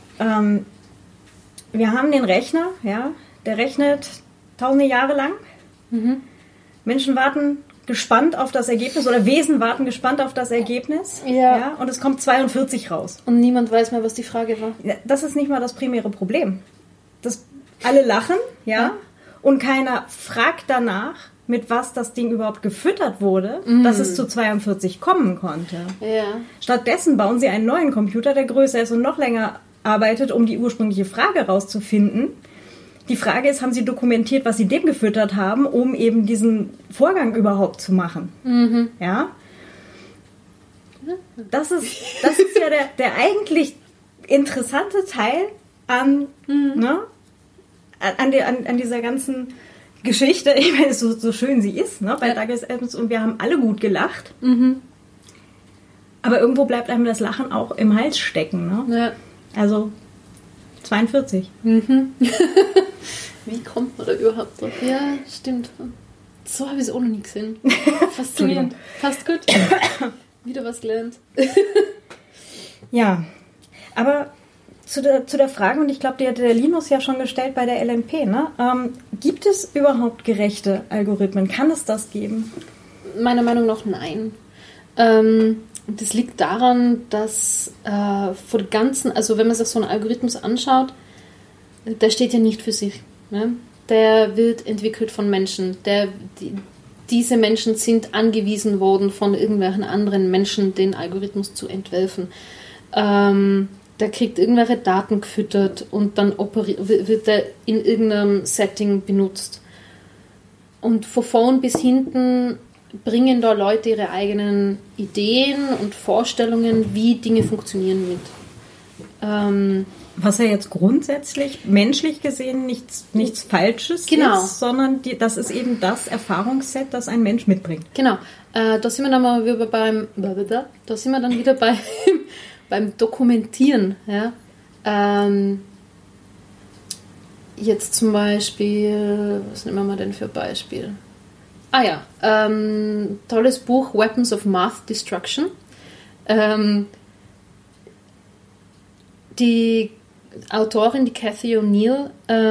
Wir haben den Rechner, ja, der rechnet tausende Jahre lang. Menschen warten gespannt auf das Ergebnis oder Wesen warten gespannt auf das Ergebnis. Ja. Und es kommt 42 raus. Und niemand weiß mehr, was die Frage war. Das ist nicht mal das primäre Problem. Alle lachen, ja, und keiner fragt danach, mit was das Ding überhaupt gefüttert wurde, dass es zu 42 kommen konnte. Ja. Stattdessen bauen sie einen neuen Computer, der größer ist und noch länger arbeitet, um die ursprüngliche Frage rauszufinden. Die Frage ist, haben sie dokumentiert, was sie dem gefüttert haben, um eben diesen Vorgang überhaupt zu machen? Ja? Das ist ja der eigentlich interessante Teil an dieser ganzen Geschichte. Ich meine, so schön sie ist, ne, bei Douglas Adams, und wir haben alle gut gelacht. Aber irgendwo bleibt einem das Lachen auch im Hals stecken. Ne? Ja. Also 42. Wie kommt man da überhaupt drauf? Ja, stimmt. So habe ich es auch noch nie gesehen. Faszinierend. Passt gut. Wieder was gelernt. Ja, aber zu der Frage, und ich glaube, die hat der Linus ja schon gestellt bei der LNP, ne? Gibt es überhaupt gerechte Algorithmen? Kann es das geben? Meiner Meinung nach nein. Das liegt daran, dass vor ganzen, also wenn man sich so einen Algorithmus anschaut, der steht ja nicht für sich. Ne? der wird entwickelt von Menschen. Diese Menschen sind angewiesen worden von irgendwelchen anderen Menschen, den Algorithmus zu entwerfen. Der kriegt irgendwelche Daten gefüttert und dann wird der in irgendeinem Setting benutzt. Und von vorn bis hinten bringen da Leute ihre eigenen Ideen und Vorstellungen, wie Dinge funktionieren mit. Was ja jetzt grundsätzlich menschlich gesehen nichts Falsches ist, sondern das ist eben das Erfahrungsset, das ein Mensch mitbringt. Genau. Da sind wir dann wieder beim Dokumentieren. Ja? Jetzt zum Beispiel, was nehmen wir denn für Beispiel? Tolles Buch, Weapons of Math Destruction. Die Autorin, die Cathy O'Neill,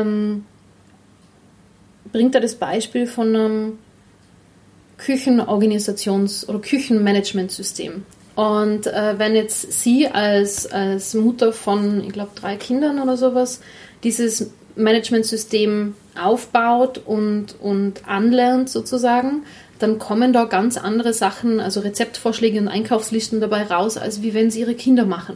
bringt da das Beispiel von einem Küchenorganisations- oder Küchenmanagementsystem. Und wenn jetzt sie als Mutter von, ich glaube, 3 Kindern oder sowas, dieses Managementsystem aufbaut und anlernt sozusagen, dann kommen da ganz andere Sachen, also Rezeptvorschläge und Einkaufslisten dabei raus, als wie wenn sie ihre Kinder machen.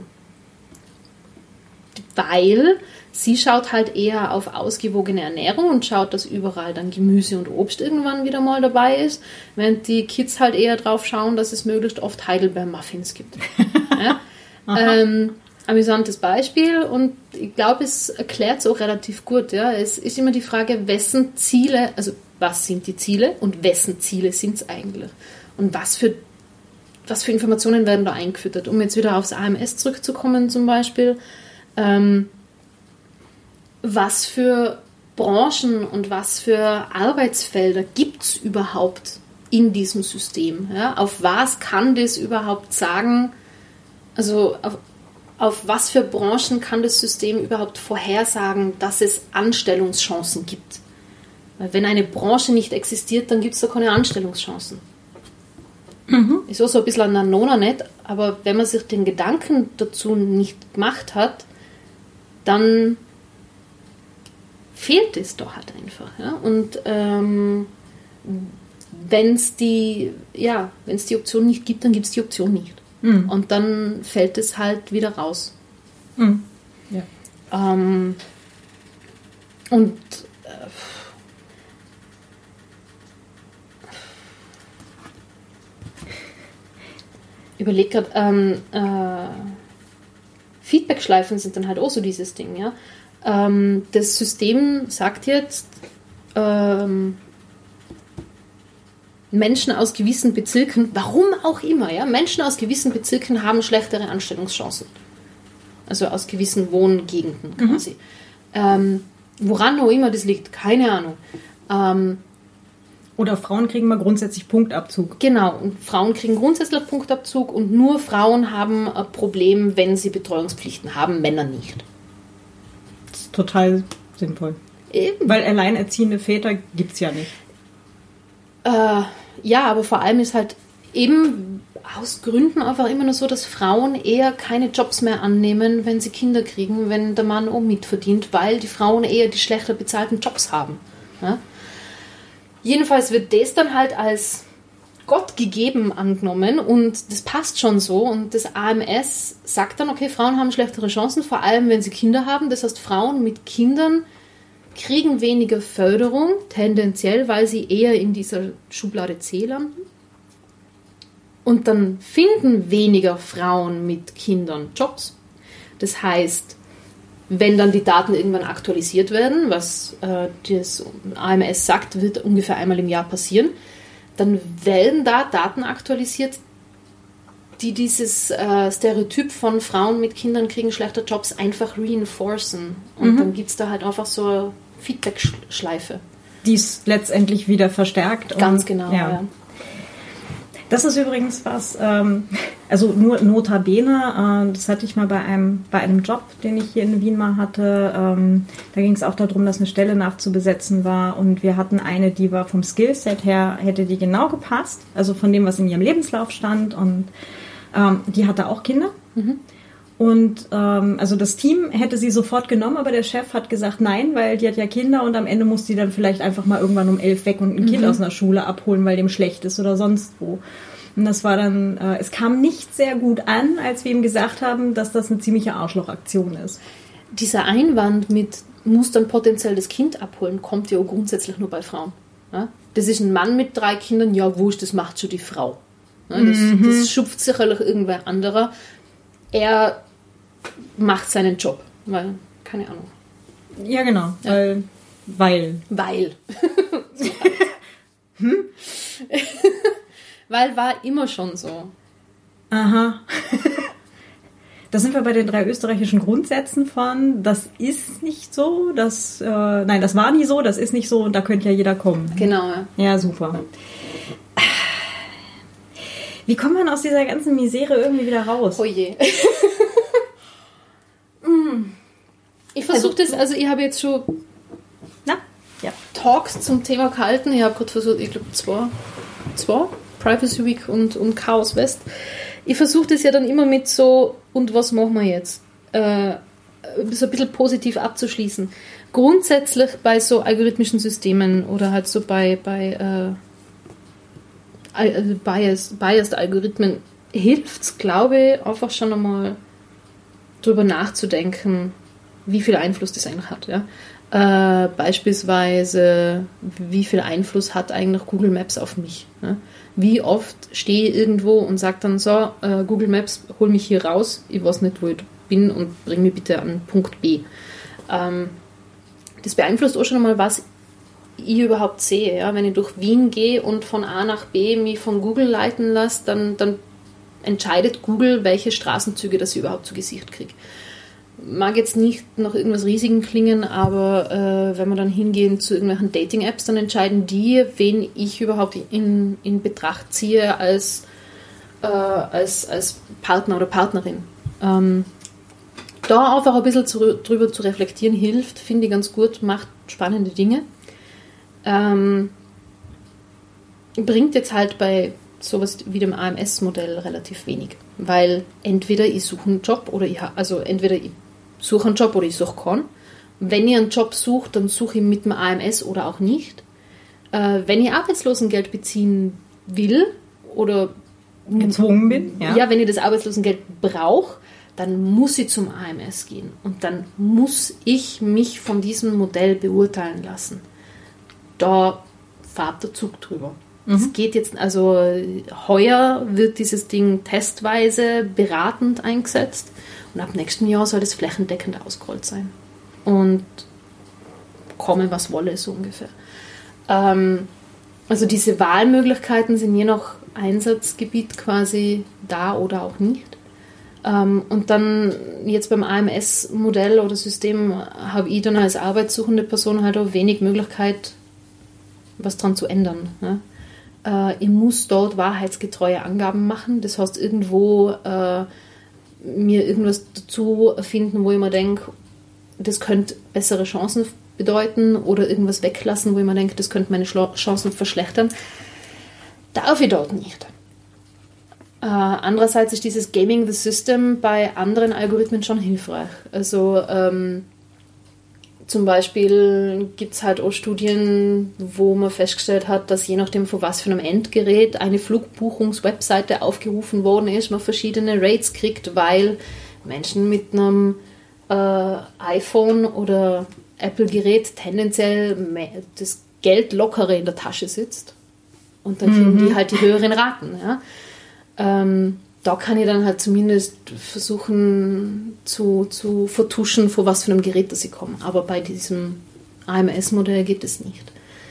Weil sie schaut halt eher auf ausgewogene Ernährung und schaut, dass überall dann Gemüse und Obst irgendwann wieder mal dabei ist, während die Kids halt eher drauf schauen, dass es möglichst oft Heidelbeer-Muffins gibt. Ja? Amüsantes Beispiel und ich glaube, es erklärt es auch relativ gut. Ja? Es ist immer die Frage, wessen Ziele, also was sind die Ziele und wessen Ziele sind es eigentlich? Und was für Informationen werden da eingefüttert? Um jetzt wieder aufs AMS zurückzukommen zum Beispiel, was für Branchen und was für Arbeitsfelder gibt es überhaupt in diesem System? Ja? Auf was kann das überhaupt sagen? Also auf was für Branchen kann das System überhaupt vorhersagen, dass es Anstellungschancen gibt? Weil wenn eine Branche nicht existiert, dann gibt es da keine Anstellungschancen. Ist auch so ein bisschen ein Nona nicht, aber wenn man sich den Gedanken dazu nicht gemacht hat, dann fehlt es doch halt einfach. Ja? Und wenn es die Option nicht gibt, dann gibt es die Option nicht. Und dann fällt es halt wieder raus. Ja. Überleg gerade, Feedback-Schleifen sind dann halt auch so dieses Ding, ja. Das System sagt jetzt, Menschen aus gewissen Bezirken, warum auch immer, ja, Menschen aus gewissen Bezirken haben schlechtere Anstellungschancen. Also aus gewissen Wohngegenden quasi. Woran auch immer das liegt, keine Ahnung. Oder Frauen kriegen mal grundsätzlich Punktabzug. Genau, und Frauen kriegen grundsätzlich Punktabzug und nur Frauen haben ein Problem, wenn sie Betreuungspflichten haben, Männer nicht. Das ist total sinnvoll. Eben. Weil alleinerziehende Väter gibt es ja nicht. Ja, aber vor allem ist halt eben aus Gründen einfach immer nur so, dass Frauen eher keine Jobs mehr annehmen, wenn sie Kinder kriegen, wenn der Mann auch mitverdient, weil die Frauen eher die schlechter bezahlten Jobs haben. Ja? Jedenfalls wird das dann halt als Gott gegeben angenommen und das passt schon so und das AMS sagt dann, okay, Frauen haben schlechtere Chancen, vor allem wenn sie Kinder haben. Das heißt, Frauen mit Kindern kriegen weniger Förderung, tendenziell, weil sie eher in dieser Schublade C landen. Und dann finden weniger Frauen mit Kindern Jobs. Das heißt, wenn dann die Daten irgendwann aktualisiert werden, was das AMS sagt, wird ungefähr einmal im Jahr passieren, dann werden da Daten aktualisiert, die dieses Stereotyp von Frauen mit Kindern kriegen schlechter Jobs einfach reinforcen. Und dann gibt es da halt einfach so eine Feedback-Schleife. Die es letztendlich wieder verstärkt. Ganz genau, ja. Das ist übrigens was, also nur notabene, das hatte ich mal bei einem Job, den ich hier in Wien mal hatte, da ging es auch darum, dass eine Stelle nachzubesetzen war und wir hatten eine, die war vom Skillset her, hätte die genau gepasst, also von dem, was in ihrem Lebenslauf stand und die hatte auch Kinder Und also das Team hätte sie sofort genommen, aber der Chef hat gesagt nein, weil die hat ja Kinder und am Ende muss die dann vielleicht einfach mal irgendwann um 11 weg und ein Kind aus einer Schule abholen, weil dem schlecht ist oder sonst wo. Und das war dann, es kam nicht sehr gut an, als wir ihm gesagt haben, dass das eine ziemliche Arschlochaktion ist. Dieser Einwand mit, muss dann potenziell das Kind abholen, kommt ja auch grundsätzlich nur bei Frauen. Ja? Das ist ein Mann mit 3 Kindern, ja wurscht, das macht schon die Frau. Ja, das schupft sicherlich irgendwer anderer. Er macht seinen Job, weil, keine Ahnung. Ja, genau, ja. Weil. Weil war immer schon so. Aha. Da sind wir bei den 3 österreichischen Grundsätzen von, das ist nicht so, das war nie so, das ist nicht so und da könnte ja jeder kommen. Genau, ja. Ja, super. Wie kommt man aus dieser ganzen Misere irgendwie wieder raus? Oh je. Ich versuche ich habe jetzt schon Talks zum Thema gehalten. Ich habe gerade versucht, ich glaube zwei, Privacy Week und Chaos West. Ich versuche das ja dann immer mit so, und was machen wir jetzt? So ein bisschen positiv abzuschließen. Grundsätzlich bei so algorithmischen Systemen oder halt so bei biased Algorithmen hilft es, glaube ich, einfach schon einmal drüber nachzudenken, wie viel Einfluss das eigentlich hat. Ja? Beispielsweise, wie viel Einfluss hat eigentlich Google Maps auf mich? Ja? Wie oft stehe ich irgendwo und sage dann so, Google Maps, hol mich hier raus, ich weiß nicht, wo ich bin und bring mich bitte an Punkt B. Das beeinflusst auch schon einmal, was ich überhaupt sehe. Ja? Wenn ich durch Wien gehe und von A nach B mich von Google leiten lasse, dann entscheidet Google, welche Straßenzüge das ich überhaupt zu Gesicht kriege. Mag jetzt nicht nach irgendwas Riesigem klingen, aber wenn wir dann hingehen zu irgendwelchen Dating-Apps, dann entscheiden die, wen ich überhaupt in Betracht ziehe als Partner oder Partnerin. Da einfach ein bisschen drüber zu reflektieren hilft, finde ich ganz gut, macht spannende Dinge. Bringt jetzt halt bei sowas wie dem AMS-Modell relativ wenig, weil entweder ich suche einen Job oder ich suche einen Job oder ich suche keinen. Wenn ich einen Job suche, dann suche ich mit dem AMS oder auch nicht. Wenn ich Arbeitslosengeld beziehen will oder gezwungen bin, wenn ich das Arbeitslosengeld brauche, dann muss ich zum AMS gehen und dann muss ich mich von diesem Modell beurteilen lassen. Da fährt der Zug drüber. Es geht jetzt, also heuer wird dieses Ding testweise beratend eingesetzt und ab nächstem Jahr soll das flächendeckend ausgerollt sein. Und komme, was wolle, so ungefähr. Also diese Wahlmöglichkeiten sind je nach Einsatzgebiet quasi da oder auch nicht. Und dann jetzt beim AMS-Modell oder System habe ich dann als arbeitssuchende Person halt auch wenig Möglichkeit, was dran zu ändern. Ne? Ich muss dort wahrheitsgetreue Angaben machen. Das heißt, irgendwo mir irgendwas dazu finden, wo ich mir denke, das könnte bessere Chancen bedeuten oder irgendwas weglassen, wo ich mir denke, das könnte meine Chancen verschlechtern. Darf ich dort nicht. Andererseits ist dieses Gaming the System bei anderen Algorithmen schon hilfreich. Also zum Beispiel gibt es halt auch Studien, wo man festgestellt hat, dass je nachdem von was für einem Endgerät eine Flugbuchungswebseite aufgerufen worden ist, man verschiedene Rates kriegt, weil Menschen mit einem iPhone oder Apple-Gerät tendenziell das Geld lockerer in der Tasche sitzt. Und dann kriegen die halt die höheren Raten. Ja? Da kann ich dann halt zumindest versuchen zu vertuschen, von was für einem Gerät das ich komme. Aber bei diesem AMS-Modell geht es nicht.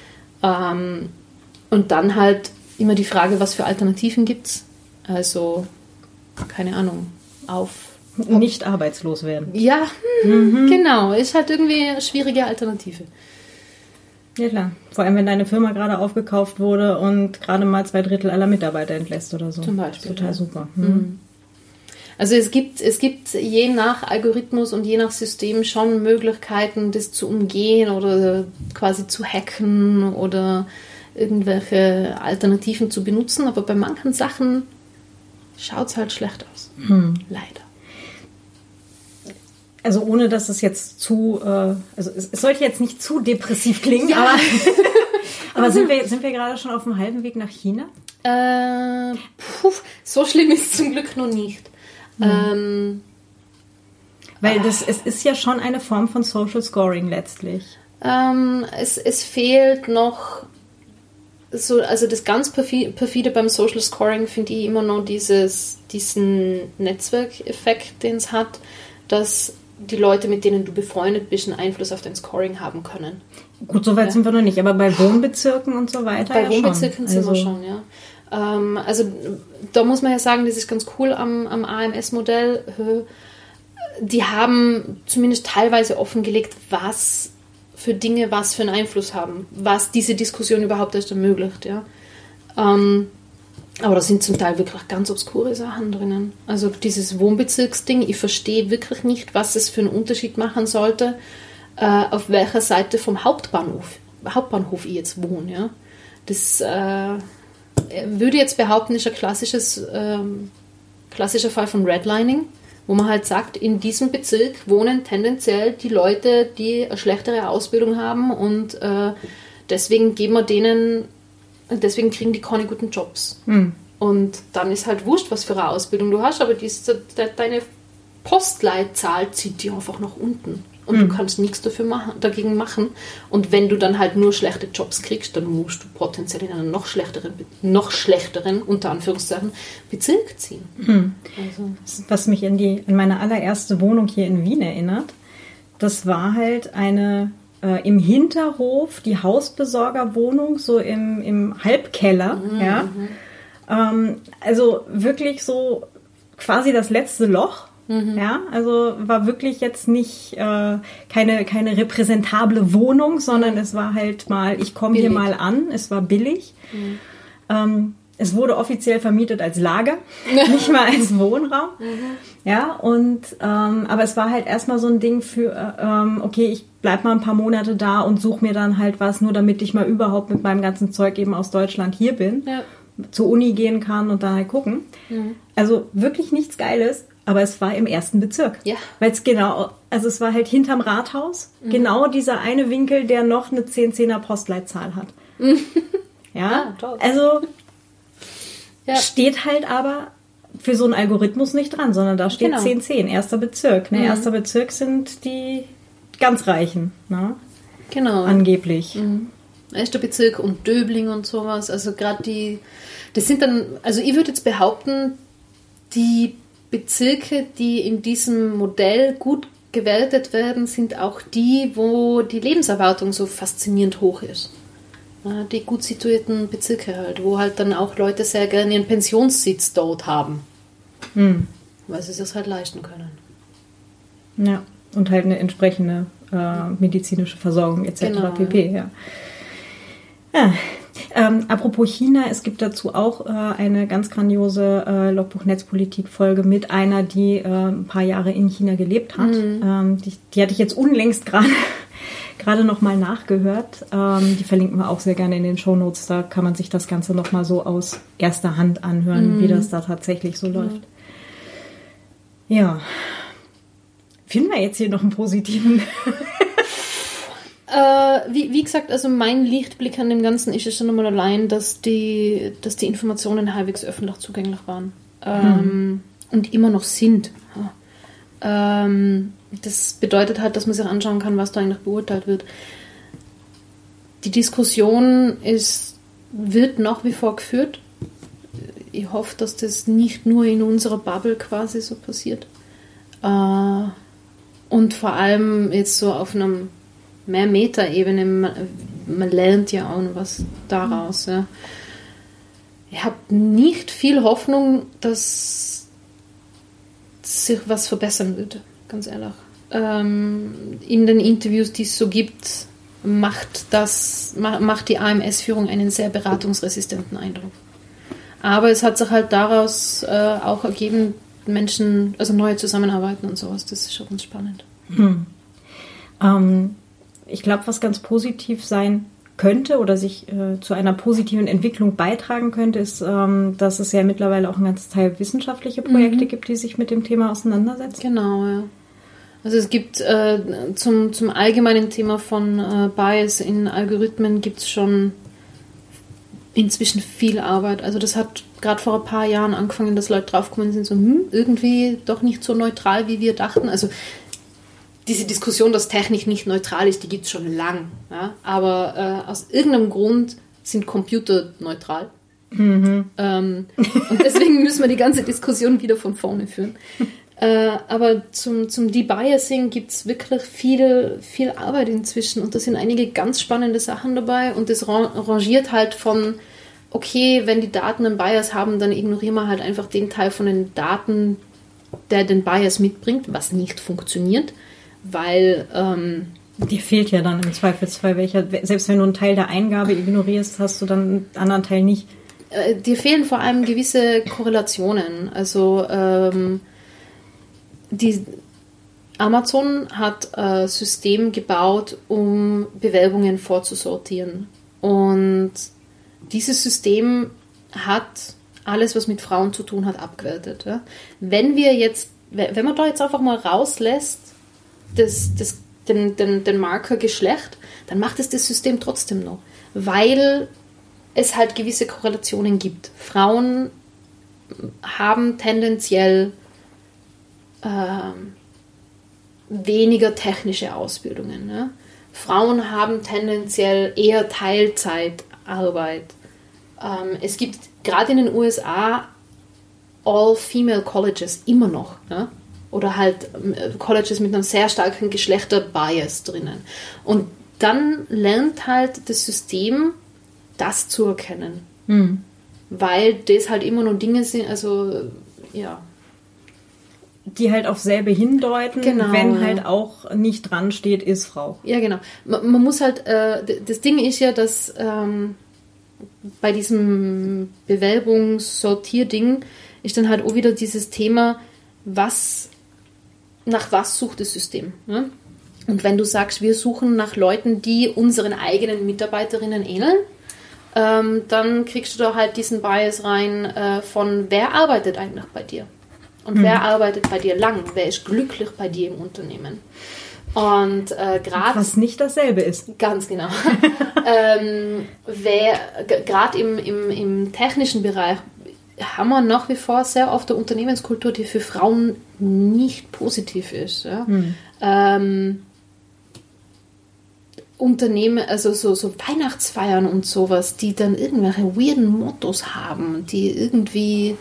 Und dann halt immer die Frage, was für Alternativen gibt es. Also, keine Ahnung, nicht arbeitslos werden. Ja, genau. Ist halt irgendwie eine schwierige Alternative. Ja klar, vor allem wenn deine Firma gerade aufgekauft wurde und gerade mal 2/3 aller Mitarbeiter entlässt oder so. Zum Beispiel. Total super. Also es gibt je nach Algorithmus und je nach System schon Möglichkeiten, das zu umgehen oder quasi zu hacken oder irgendwelche Alternativen zu benutzen, aber bei manchen Sachen schaut es halt schlecht aus. Leider. also ohne, dass es jetzt also es sollte jetzt nicht zu depressiv klingen, ja. aber sind wir gerade schon auf dem halben Weg nach China? So schlimm ist es zum Glück noch nicht. Weil es ist ja schon eine Form von Social Scoring letztlich. Es fehlt noch so, also das ganz perfide beim Social Scoring finde ich immer noch diesen Netzwerkeffekt, den es hat, dass die Leute, mit denen du befreundet bist, einen Einfluss auf dein Scoring haben können. Gut, so weit sind wir noch nicht, aber bei Wohnbezirken und so weiter. Bei Wohnbezirken sind wir schon, ja. Also da muss man ja sagen, das ist ganz cool am AMS-Modell. Die haben zumindest teilweise offengelegt, was für Dinge was für einen Einfluss haben, was diese Diskussion überhaupt erst ermöglicht, ja. Aber da sind zum Teil wirklich ganz obskure Sachen drinnen. Also dieses Wohnbezirksding, ich verstehe wirklich nicht, was es für einen Unterschied machen sollte, auf welcher Seite vom Hauptbahnhof ich jetzt wohne, ja. Das würde jetzt behaupten, ist ein klassischer Fall von Redlining, wo man halt sagt, in diesem Bezirk wohnen tendenziell die Leute, die eine schlechtere Ausbildung haben und deswegen kriegen die keine guten Jobs. Und dann ist halt wurscht, was für eine Ausbildung du hast, aber deine Postleitzahl zieht die einfach nach unten. Und du kannst nichts dagegen machen. Und wenn du dann halt nur schlechte Jobs kriegst, dann musst du potenziell in einen noch schlechteren, unter Anführungszeichen, Bezirk ziehen. Also. Was mich an meine allererste Wohnung hier in Wien erinnert, das war halt eine im Hinterhof, die Hausbesorgerwohnung, so im Halbkeller. Ja? Also wirklich so quasi das letzte Loch. Ja, also war wirklich jetzt nicht keine repräsentable Wohnung, sondern es war halt mal, ich komme hier mal an, es war billig. Es wurde offiziell vermietet als Lager, nicht mal als Wohnraum. Ja, und aber es war halt erstmal so ein Ding für, okay, ich bleib mal ein paar Monate da und suche mir dann halt was, nur damit ich mal überhaupt mit meinem ganzen Zeug eben aus Deutschland hier bin, zur Uni gehen kann und dann halt gucken. Also wirklich nichts Geiles. Aber es war im 1. Bezirk. Ja. Weil es es war halt hinterm Rathaus, genau dieser eine Winkel, der noch eine 10-10er Postleitzahl hat. Ja, toll. Also steht halt aber für so einen Algorithmus nicht dran, sondern da steht 10-10, 1. Bezirk. Ne? 1. Bezirk sind die ganz Reichen, ne? Genau. Angeblich. 1. Bezirk und Döbling und sowas. Also gerade das sind dann, also ich würde jetzt behaupten, die Bezirke, die in diesem Modell gut gewertet werden, sind auch die, wo die Lebenserwartung so faszinierend hoch ist. Die gut situierten Bezirke halt, wo halt dann auch Leute sehr gerne ihren Pensionssitz dort haben. Weil sie es halt leisten können. Ja, und halt eine entsprechende medizinische Versorgung etc. pp. Ja. Apropos China, es gibt dazu auch eine ganz grandiose Logbuch-Netzpolitik-Folge mit einer, die ein paar Jahre in China gelebt hat. Die hatte ich jetzt unlängst gerade noch mal nachgehört. Die verlinken wir auch sehr gerne in den Shownotes. Da kann man sich das Ganze noch mal so aus erster Hand anhören, wie das da tatsächlich so läuft. Ja. Finden wir jetzt hier noch einen positiven... Wie gesagt, also mein Lichtblick an dem Ganzen ist ja schon einmal allein, dass die Informationen halbwegs öffentlich zugänglich waren. Und immer noch sind. Das bedeutet halt, dass man sich anschauen kann, was da eigentlich beurteilt wird. Die Diskussion wird nach wie vor geführt. Ich hoffe, dass das nicht nur in unserer Bubble quasi so passiert. Und vor allem jetzt so auf einem mehr Metaebene, man lernt ja auch noch was daraus. Ja. Ich habe nicht viel Hoffnung, dass sich was verbessern würde, ganz ehrlich. In den Interviews, die es so gibt, macht die AMS-Führung einen sehr beratungsresistenten Eindruck. Aber es hat sich halt daraus auch ergeben, Menschen, also neue Zusammenarbeiten und sowas, das ist schon ganz spannend. Ich glaube, was ganz positiv sein könnte oder sich zu einer positiven Entwicklung beitragen könnte, ist, dass es ja mittlerweile auch ein ganzes Teil wissenschaftliche Projekte gibt, die sich mit dem Thema auseinandersetzen. Genau, ja. Also es gibt zum allgemeinen Thema von Bias in Algorithmen gibt es schon inzwischen viel Arbeit. Also das hat gerade vor ein paar Jahren angefangen, dass Leute draufgekommen sind, so irgendwie doch nicht so neutral, wie wir dachten. Also diese Diskussion, dass Technik nicht neutral ist, die gibt es schon lang. Ja? Aber aus irgendeinem Grund sind Computer neutral. Und deswegen müssen wir die ganze Diskussion wieder von vorne führen. Aber zum Debiasing gibt es wirklich viel Arbeit inzwischen und da sind einige ganz spannende Sachen dabei und das rangiert halt von, okay, wenn die Daten einen Bias haben, dann ignorieren wir halt einfach den Teil von den Daten, der den Bias mitbringt, was nicht funktioniert, weil dir fehlt ja dann im Zweifelsfall welcher, selbst wenn du einen Teil der Eingabe ignorierst, hast du dann einen anderen Teil nicht. Dir fehlen vor allem gewisse Korrelationen, also Amazon hat ein System gebaut, um Bewerbungen vorzusortieren. Und dieses System hat alles, was mit Frauen zu tun hat, abgewertet. Ja? Wenn man da jetzt einfach mal rauslässt, den Marker Geschlecht, dann macht es das System trotzdem noch. Weil es halt gewisse Korrelationen gibt. Frauen haben tendenziell weniger technische Ausbildungen. Ne? Frauen haben tendenziell eher Teilzeitarbeit. Es gibt gerade in den USA All-Female Colleges immer noch. Ne? Oder halt Colleges mit einem sehr starken Geschlechterbias drinnen. Und dann lernt halt das System, das zu erkennen. Weil das halt immer noch Dinge sind, also ja. Die halt auf selbe hindeuten, genau, wenn halt auch nicht dran steht, ist Frau. Ja, genau. Man muss halt, das Ding ist ja, dass bei diesem Bewerbungssortierding ist dann halt auch wieder dieses Thema, nach was sucht das System. Ne? Und wenn du sagst, wir suchen nach Leuten, die unseren eigenen Mitarbeiterinnen ähneln, dann kriegst du da halt diesen Bias rein von, wer arbeitet eigentlich bei dir? Und wer arbeitet bei dir lang? Wer ist glücklich bei dir im Unternehmen? Und gerade... Was nicht dasselbe ist. Ganz genau. Gerade im technischen Bereich haben wir nach wie vor sehr oft eine Unternehmenskultur, die für Frauen nicht positiv ist. Ja? Unternehmen, also so Weihnachtsfeiern und sowas, die dann irgendwelche weirden Mottos haben, die irgendwie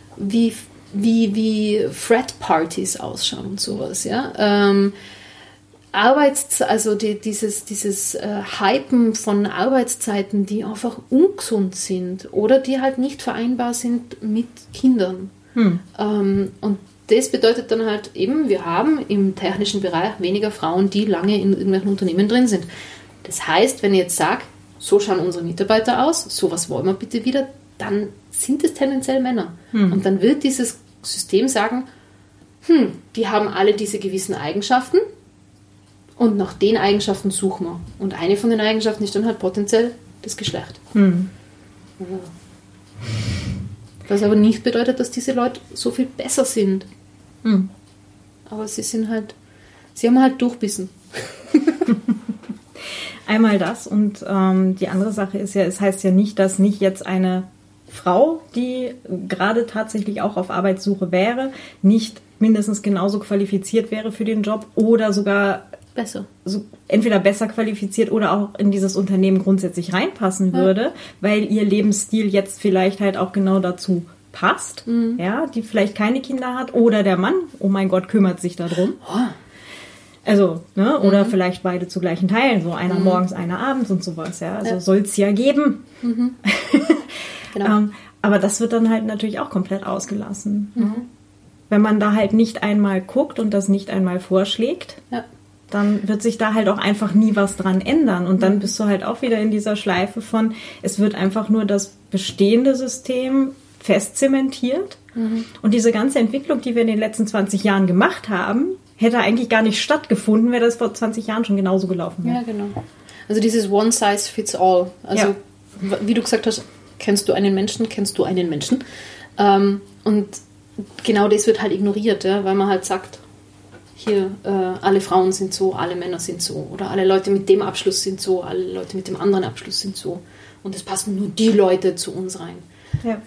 wie Frat-Partys ausschauen und sowas, ja. Dieses Hypen von Arbeitszeiten, die einfach ungesund sind oder die halt nicht vereinbar sind mit Kindern. Und das bedeutet dann halt eben, wir haben im technischen Bereich weniger Frauen, die lange in irgendwelchen Unternehmen drin sind. Das heißt, wenn ich jetzt sage, so schauen unsere Mitarbeiter aus, sowas wollen wir bitte wieder, dann sind es tendenziell Männer. Und dann wird dieses System sagen, die haben alle diese gewissen Eigenschaften und nach den Eigenschaften suchen wir. Und eine von den Eigenschaften ist dann halt potenziell das Geschlecht. Was aber nicht bedeutet, dass diese Leute so viel besser sind. Aber sie haben halt durchbissen. Einmal das und die andere Sache ist ja, es heißt ja nicht, dass nicht jetzt eine Frau, die gerade tatsächlich auch auf Arbeitssuche wäre, nicht mindestens genauso qualifiziert wäre für den Job oder sogar besser. Entweder besser qualifiziert oder auch in dieses Unternehmen grundsätzlich reinpassen würde, weil ihr Lebensstil jetzt vielleicht halt auch genau dazu passt, ja, die vielleicht keine Kinder hat oder der Mann, oh mein Gott, kümmert sich darum. Also, ne, oder vielleicht beide zu gleichen Teilen, so einer morgens, einer abends und sowas, ja, also soll es ja geben. Genau. Aber das wird dann halt natürlich auch komplett ausgelassen. Wenn man da halt nicht einmal guckt und das nicht einmal vorschlägt, dann wird sich da halt auch einfach nie was dran ändern. Und dann bist du halt auch wieder in dieser Schleife von, es wird einfach nur das bestehende System festzementiert. Und diese ganze Entwicklung, die wir in den letzten 20 Jahren gemacht haben, hätte eigentlich gar nicht stattgefunden, wäre das vor 20 Jahren schon genauso gelaufen wäre. Ja, genau. Also dieses One Size Fits All. Also, wie du gesagt hast, kennst du einen Menschen. Und genau das wird halt ignoriert, ja, weil man halt sagt, hier, alle Frauen sind so, alle Männer sind so, oder alle Leute mit dem Abschluss sind so, alle Leute mit dem anderen Abschluss sind so. Und es passen nur die Leute zu uns rein. Ja.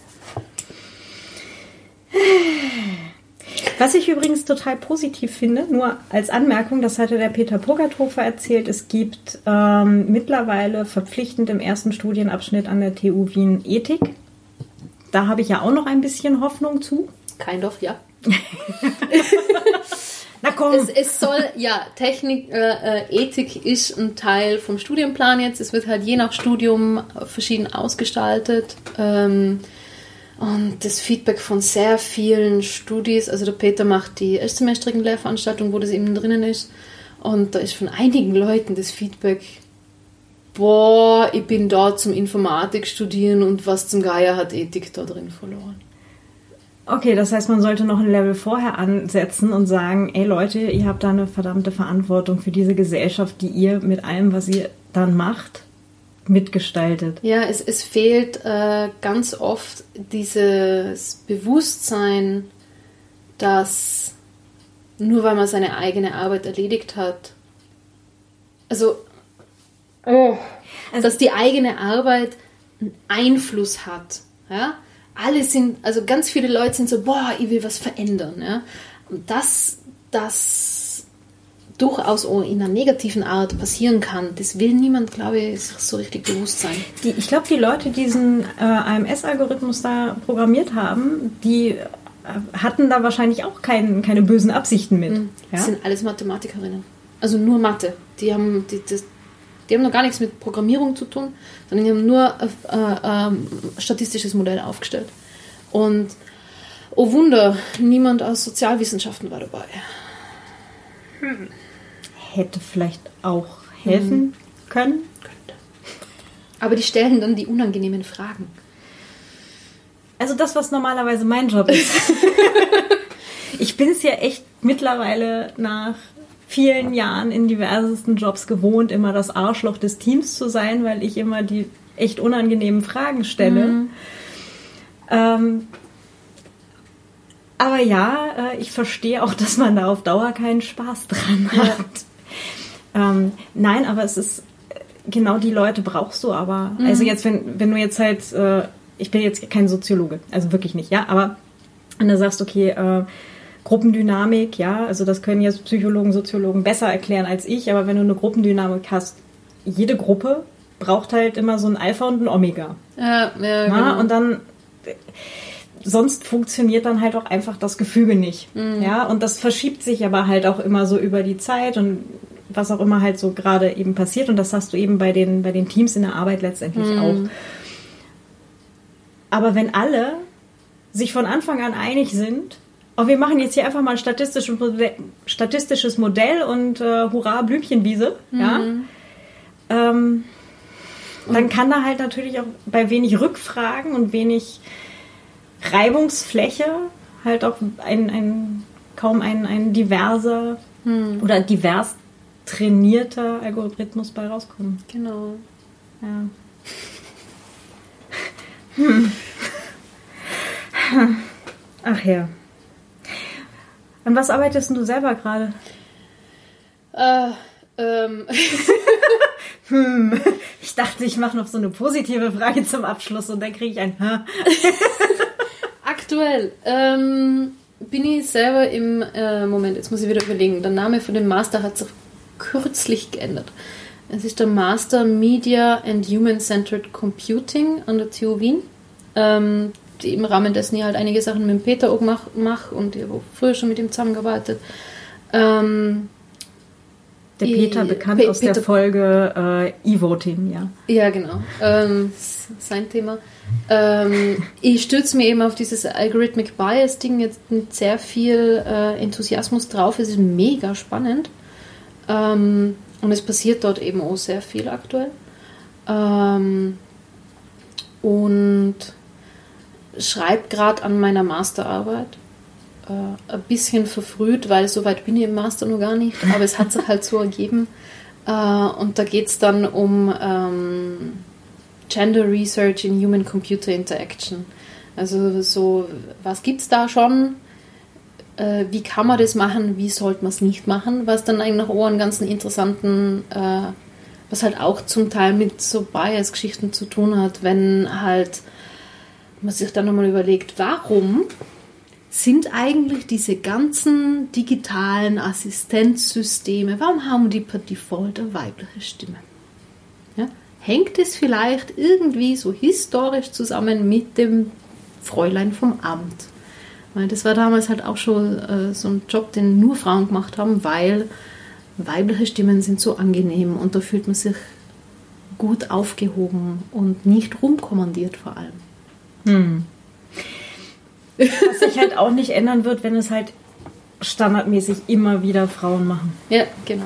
Was ich übrigens total positiv finde, nur als Anmerkung, das hatte der Peter Pogathofer erzählt, es gibt mittlerweile verpflichtend im ersten Studienabschnitt an der TU Wien Ethik. Da habe ich ja auch noch ein bisschen Hoffnung zu. Kind of, ja. Na komm. Es soll, ja, Ethik ist ein Teil vom Studienplan jetzt. Es wird halt je nach Studium verschieden ausgestaltet. Und das Feedback von sehr vielen Studis, also der Peter macht die erstsemestrigen Lehrveranstaltungen, wo das eben drinnen ist. Und da ist von einigen Leuten das Feedback, boah, ich bin da zum Informatik studieren und was zum Geier hat Ethik da drin verloren. Okay, das heißt, man sollte noch ein Level vorher ansetzen und sagen, ey Leute, ihr habt da eine verdammte Verantwortung für diese Gesellschaft, die ihr mit allem, was ihr dann macht, mitgestaltet. Ja, es fehlt ganz oft dieses Bewusstsein, dass nur weil man seine eigene Arbeit erledigt hat, dass die eigene Arbeit einen Einfluss hat, ja? Ganz viele Leute sind so, boah, ich will was verändern. Ja? Und das durchaus auch in einer negativen Art passieren kann, das will niemand, glaube ich, sich so richtig bewusst sein. Ich glaube, die Leute, die diesen AMS-Algorithmus da programmiert haben, die hatten da wahrscheinlich auch keine bösen Absichten mit. Das sind alles Mathematikerinnen. Also nur Mathe. Die haben noch gar nichts mit Programmierung zu tun, sondern die haben nur ein statistisches Modell aufgestellt. Und, oh Wunder, niemand aus Sozialwissenschaften war dabei. Hätte vielleicht auch helfen können. Könnte. Aber die stellen dann die unangenehmen Fragen. Also das, was normalerweise mein Job ist. Ich bin es ja echt mittlerweile nach vielen Jahren in diversesten Jobs gewohnt, immer das Arschloch des Teams zu sein, weil ich immer die echt unangenehmen Fragen stelle. Aber ja, ich verstehe auch, dass man da auf Dauer keinen Spaß dran hat. Nein, aber es ist, genau die Leute brauchst du aber. Also jetzt, wenn du jetzt halt, ich bin jetzt kein Soziologe, also wirklich nicht, ja, aber wenn du sagst, okay, Gruppendynamik, ja, also das können jetzt Psychologen, Soziologen besser erklären als ich, aber wenn du eine Gruppendynamik hast, jede Gruppe braucht halt immer so ein Alpha und ein Omega. Ja, genau. Und dann, sonst funktioniert dann halt auch einfach das Gefüge nicht. Ja, und das verschiebt sich aber halt auch immer so über die Zeit und was auch immer halt so gerade eben passiert und das hast du eben bei den Teams in der Arbeit letztendlich auch. Aber wenn alle sich von Anfang an einig sind, wir machen jetzt hier einfach mal ein statistisches Modell und hurra, Blümchenwiese. Ja? Dann kann da halt natürlich auch bei wenig Rückfragen und wenig Reibungsfläche halt auch kaum ein diverser oder divers trainierter Algorithmus bei rauskommen. Genau. Ja. Ach ja. An was arbeitest du selber gerade? Ich dachte, ich mache noch so eine positive Frage zum Abschluss und dann kriege ich ein Aktuell bin ich selber im Moment, jetzt muss ich wieder überlegen, der Name von dem Master hat sich kürzlich geändert. Es ist der Master Media and Human-Centered Computing an der TU Wien. Im Rahmen dessen ich halt einige Sachen mit dem Peter auch mache und ich habe früher schon mit ihm zusammengearbeitet. Der Peter, bekannt aus der Folge E-Voting, ja. Ja, genau. Sein Thema. Ich stütze mir eben auf dieses Algorithmic Bias-Ding jetzt mit sehr viel Enthusiasmus drauf. Es ist mega spannend. Und es passiert dort eben auch sehr viel aktuell. Und schreibe gerade an meiner Masterarbeit. Ein bisschen verfrüht, weil so weit bin ich im Master noch gar nicht, aber es hat sich halt so ergeben. Und da geht es dann um Gender Research in Human-Computer Interaction. Also so, was gibt es da schon? wie kann man das machen, wie sollte man es nicht machen, was dann eigentlich auch einen ganzen interessanten, was halt auch zum Teil mit so Bias-Geschichten zu tun hat, wenn halt man sich dann nochmal überlegt, warum sind eigentlich diese ganzen digitalen Assistenzsysteme, warum haben die per Default eine weibliche Stimme? Ja? Hängt es vielleicht irgendwie so historisch zusammen mit dem Fräulein vom Amt? Weil das war damals halt auch schon so ein Job, den nur Frauen gemacht haben, weil weibliche Stimmen sind so angenehm und da fühlt man sich gut aufgehoben und nicht rumkommandiert vor allem. Was sich halt auch nicht ändern wird, wenn es halt standardmäßig immer wieder Frauen machen. Ja, genau.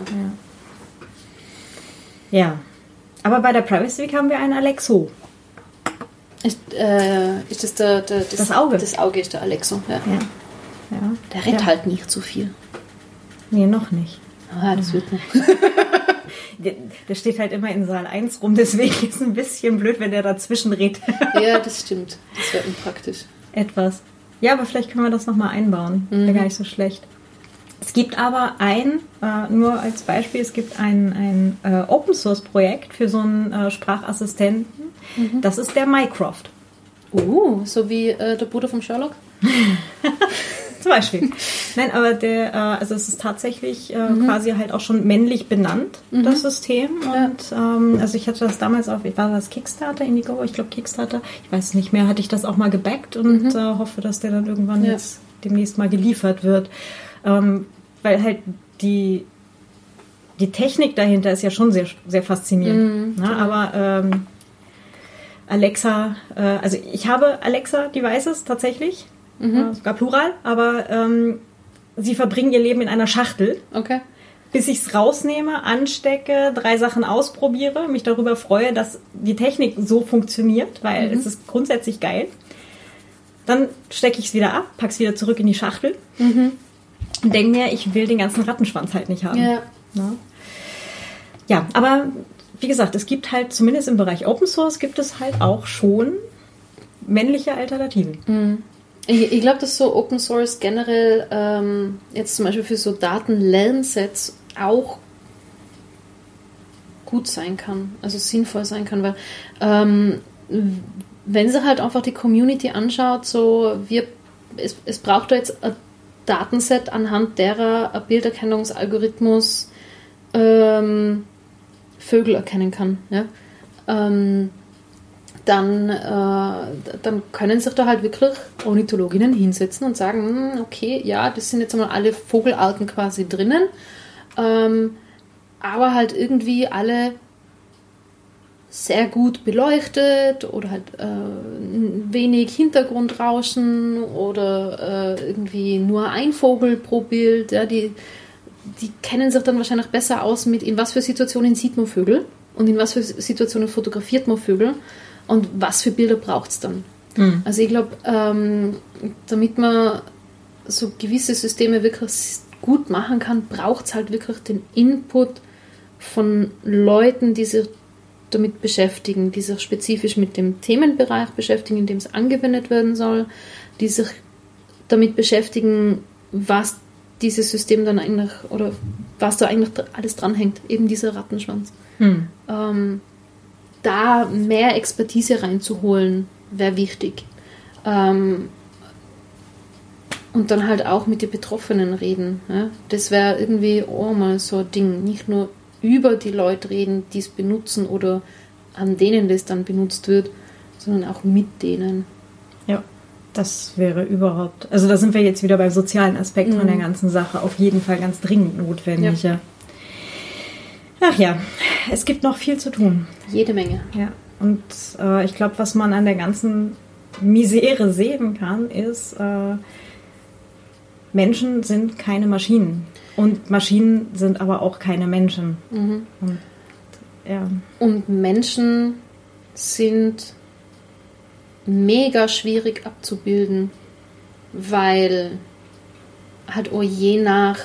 Ja. Aber bei der Privacy Week haben wir einen Alexo. Ist das das Auge? Das Auge ist der Alexo, ja. Der rennt halt nicht so viel. Nee, noch nicht. Ah, das wird noch. Der steht halt immer in Saal 1 rum, deswegen ist es ein bisschen blöd, wenn der dazwischen redet. Ja, das stimmt. Das wäre unpraktisch. Etwas. Ja, aber vielleicht können wir das nochmal einbauen. Wäre gar nicht so schlecht. Es gibt aber nur als Beispiel, es gibt ein Open-Source-Projekt für so einen Sprachassistenten. Das ist der Mycroft. So wie der Bruder vom Sherlock? Zum Beispiel. Nein, aber also es ist tatsächlich quasi halt auch schon männlich benannt, das System. Und also ich hatte das damals war das Kickstarter, Indiegogo? Ich glaube Kickstarter. Ich weiß nicht mehr, hatte ich das auch mal gebackt und hoffe, dass der dann irgendwann jetzt demnächst mal geliefert wird. Weil halt die Technik dahinter ist ja schon sehr, sehr faszinierend. Ne? Aber Alexa, also ich habe Alexa-Devices tatsächlich, sogar plural, aber sie verbringen ihr Leben in einer Schachtel. Okay. Bis ich es rausnehme, anstecke, 3 Sachen ausprobiere, mich darüber freue, dass die Technik so funktioniert, weil es ist grundsätzlich geil. Dann stecke ich es wieder ab, packe es wieder zurück in die Schachtel und denke mir, ich will den ganzen Rattenschwanz halt nicht haben. Ja, aber wie gesagt, es gibt halt, zumindest im Bereich Open Source, gibt es halt auch schon männliche Alternativen. Ich glaube, dass so Open Source generell jetzt zum Beispiel für so Datenlernsets auch gut sein kann, also sinnvoll sein kann, weil wenn sich halt einfach die Community anschaut, so es braucht da jetzt ein Datenset, anhand derer ein Bilderkennungsalgorithmus Vögel erkennen kann. Ja? Dann können sich da halt wirklich Ornithologinnen hinsetzen und sagen, okay, ja, das sind jetzt einmal alle Vogelarten quasi drinnen, aber halt irgendwie alle sehr gut beleuchtet oder halt wenig Hintergrundrauschen oder irgendwie nur ein Vogel pro Bild. Ja, die kennen sich dann wahrscheinlich besser aus mit, in was für Situationen sieht man Vögel und in was für Situationen fotografiert man Vögel und was für Bilder braucht es dann. Also ich glaube, damit man so gewisse Systeme wirklich gut machen kann, braucht es halt wirklich den Input von Leuten, die sich damit beschäftigen, die sich spezifisch mit dem Themenbereich beschäftigen, in dem es angewendet werden soll, die sich damit beschäftigen, was dieses System dann eigentlich, oder was da eigentlich alles dranhängt, eben dieser Rattenschwanz. Da mehr Expertise reinzuholen, wäre wichtig. Und dann halt auch mit den Betroffenen reden. Ja? Das wäre irgendwie auch mal so ein Ding. Nicht nur über die Leute reden, die es benutzen oder an denen das dann benutzt wird, sondern auch mit denen. Ja, das wäre überhaupt... Also da sind wir jetzt wieder beim sozialen Aspekt von der ganzen Sache. Auf jeden Fall ganz dringend notwendig. Ja. Ach ja, es gibt noch viel zu tun. Jede Menge. Ja, und ich glaube, was man an der ganzen Misere sehen kann, ist, Menschen sind keine Maschinen. Und Maschinen sind aber auch keine Menschen. Und Menschen sind mega schwierig abzubilden, weil halt auch je nach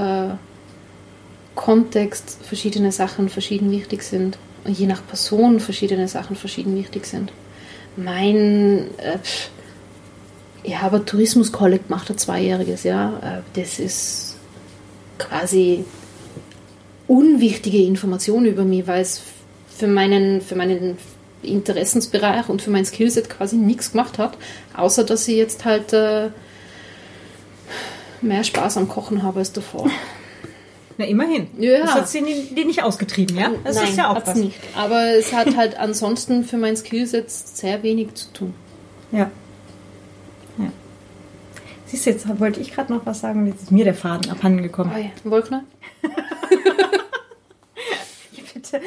Kontext verschiedene Sachen verschieden wichtig sind. Und je nach Person verschiedene Sachen verschieden wichtig sind. Ja, aber Tourismus-Collect macht ein 2-jähriges, ja. Das ist quasi unwichtige Information über mich, weil es für meinen Interessensbereich und für mein Skillset quasi nichts gemacht hat, außer dass ich jetzt halt mehr Spaß am Kochen habe als davor. Na, immerhin. Ja. Das hat sie die nicht ausgetrieben, ja? Das Nein, ist ja auch hat's was. nicht. Aber es hat halt ansonsten für mein Skillset sehr wenig zu tun. Ja. Siehst du, jetzt wollte ich gerade noch was sagen, jetzt ist mir der Faden abhanden gekommen. Oh ja, Wolkner? Ja, bitte.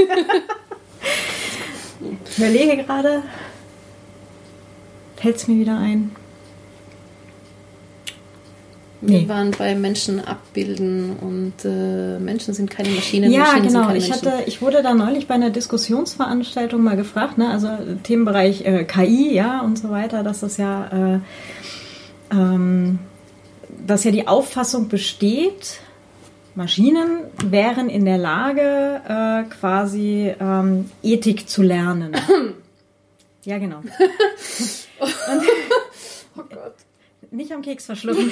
Ich überlege gerade, fällt es mir wieder ein? Wir waren bei Menschen abbilden und Menschen sind keine Maschinen. Ja, Maschinen genau. sind keine Menschen. Ich wurde da neulich bei einer Diskussionsveranstaltung mal gefragt, ne? Also Themenbereich KI, ja, und so weiter, dass das ja, dass ja die Auffassung besteht, Maschinen wären in der Lage, quasi Ethik zu lernen. Ja, genau. Und, Oh Gott. nicht am Keks verschlucken.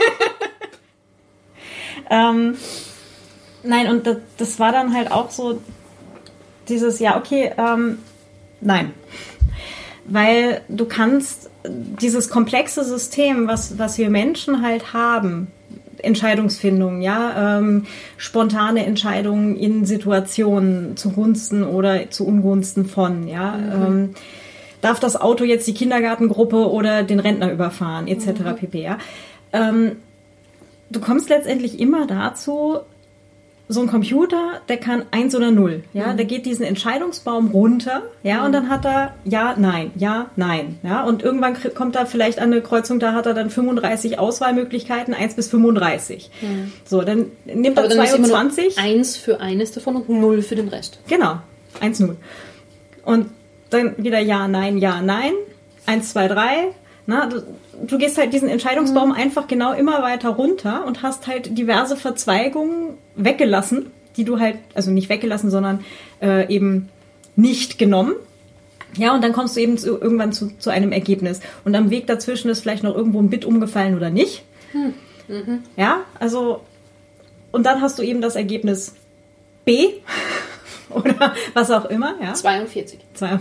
Nein, und das war dann halt auch so dieses, ja, okay, nein. Weil du kannst dieses komplexe System, was wir Menschen halt haben, Entscheidungsfindung, ja, spontane Entscheidungen in Situationen zugunsten oder zu Ungunsten von, ja, darf das Auto jetzt die Kindergartengruppe oder den Rentner überfahren, etc. pp. Ja. Du kommst letztendlich immer dazu, so ein Computer, der kann 1 oder 0, ja, der geht diesen Entscheidungsbaum runter, ja, und dann hat er ja, nein, ja, und irgendwann kommt er vielleicht an eine Kreuzung, da hat er dann 35 Auswahlmöglichkeiten, 1 bis 35. So, dann nimmt er 22. 1 für eines davon und 0 für den Rest. Genau, 1-0. Und dann wieder ja, nein, 1, 2, 3. Na, du gehst halt diesen Entscheidungsbaum einfach genau immer weiter runter und hast halt diverse Verzweigungen weggelassen, die du halt, also nicht weggelassen, sondern eben nicht genommen. Ja, und dann kommst du eben irgendwann zu einem Ergebnis. Und am Weg dazwischen ist vielleicht noch irgendwo ein Bit umgefallen oder nicht. Ja, also, und dann hast du eben das Ergebnis B oder was auch immer. Ja. 42.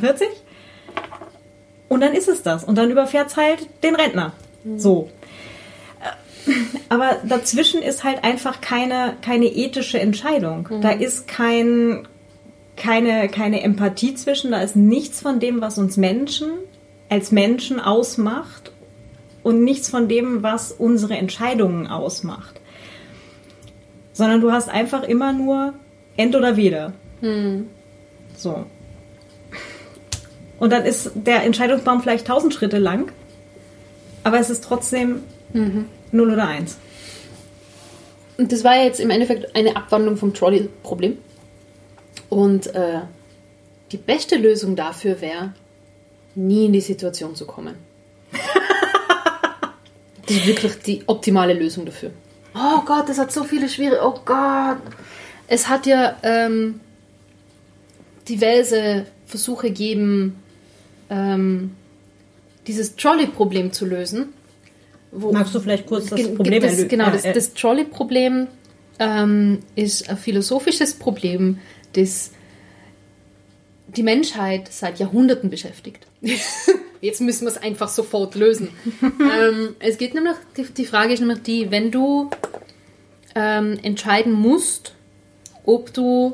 Und dann ist es das. Und dann überfährt es halt den Rentner. So. Aber dazwischen ist halt einfach keine ethische Entscheidung. Da ist keine Empathie zwischen. Da ist nichts von dem, was uns Menschen als Menschen ausmacht und nichts von dem, was unsere Entscheidungen ausmacht. Sondern du hast einfach immer nur End oder Weder. So. Und dann ist der Entscheidungsbaum vielleicht 1000 Schritte lang, aber es ist trotzdem 0 oder 1. Und das war jetzt im Endeffekt eine Abwandlung vom Trolley-Problem. Und die beste Lösung dafür wäre, nie in die Situation zu kommen. Das ist wirklich die optimale Lösung dafür. Oh Gott, das hat so viele Schwierigkeiten. Oh Gott. Es hat ja diverse Versuche gegeben, dieses Trolley-Problem zu lösen. Magst du vielleicht kurz das Problem erläutern? Genau, das Trolley-Problem ist ein philosophisches Problem, das die Menschheit seit Jahrhunderten beschäftigt. Jetzt müssen wir es einfach sofort lösen. Es geht nämlich, die Frage ist nämlich die, wenn du entscheiden musst, ob du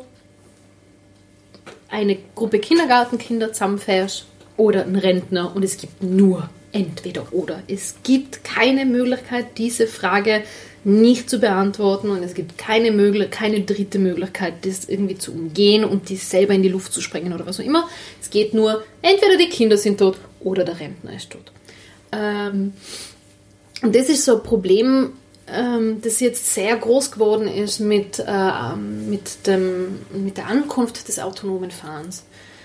eine Gruppe Kindergartenkinder zusammenfährst oder einen Rentner und es gibt nur entweder oder. Es gibt keine Möglichkeit, diese Frage nicht zu beantworten und es gibt keine dritte Möglichkeit, das irgendwie zu umgehen und die selber in die Luft zu sprengen oder was auch immer. Es geht nur, entweder die Kinder sind tot oder der Rentner ist tot. Und das ist so ein Problem, das jetzt sehr groß geworden ist mit der Ankunft des autonomen Fahrens.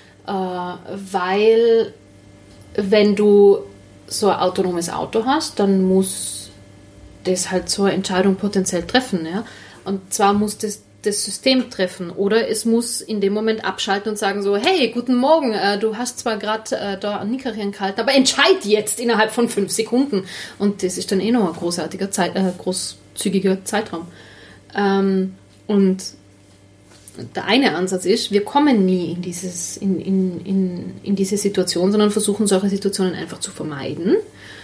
Weil wenn du so ein autonomes Auto hast, dann muss das halt so eine Entscheidung potenziell treffen. Ja? Und zwar muss das das System treffen oder es muss in dem Moment abschalten und sagen so, hey, guten Morgen, du hast zwar gerade da ein Nickerchen gehalten, aber entscheid jetzt innerhalb von 5 Sekunden. Und das ist dann noch ein großartiger, großzügiger Zeitraum. Und der eine Ansatz ist, wir kommen nie in diese Situation, sondern versuchen solche Situationen einfach zu vermeiden.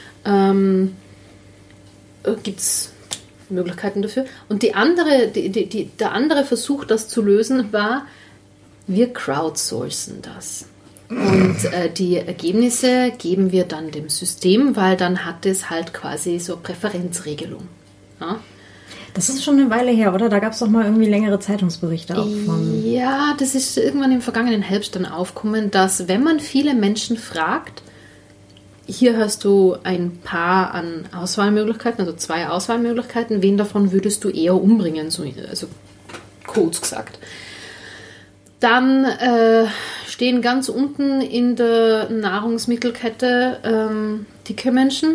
Gibt es Möglichkeiten dafür. Und der andere Versuch, das zu lösen, war, wir crowdsourcen das. Und die Ergebnisse geben wir dann dem System, weil dann hat es halt quasi so Präferenzregelung. Ja? Das ist schon eine Weile her, oder? Da gab es doch mal irgendwie längere Zeitungsberichte auch von. Ja, das ist irgendwann im vergangenen Herbst dann aufgekommen, dass wenn man viele Menschen fragt, hier hast du ein paar an Auswahlmöglichkeiten, also 2 Auswahlmöglichkeiten. Wen davon würdest du eher umbringen? So, also kurz gesagt. Dann stehen ganz unten in der Nahrungsmittelkette dicke Menschen,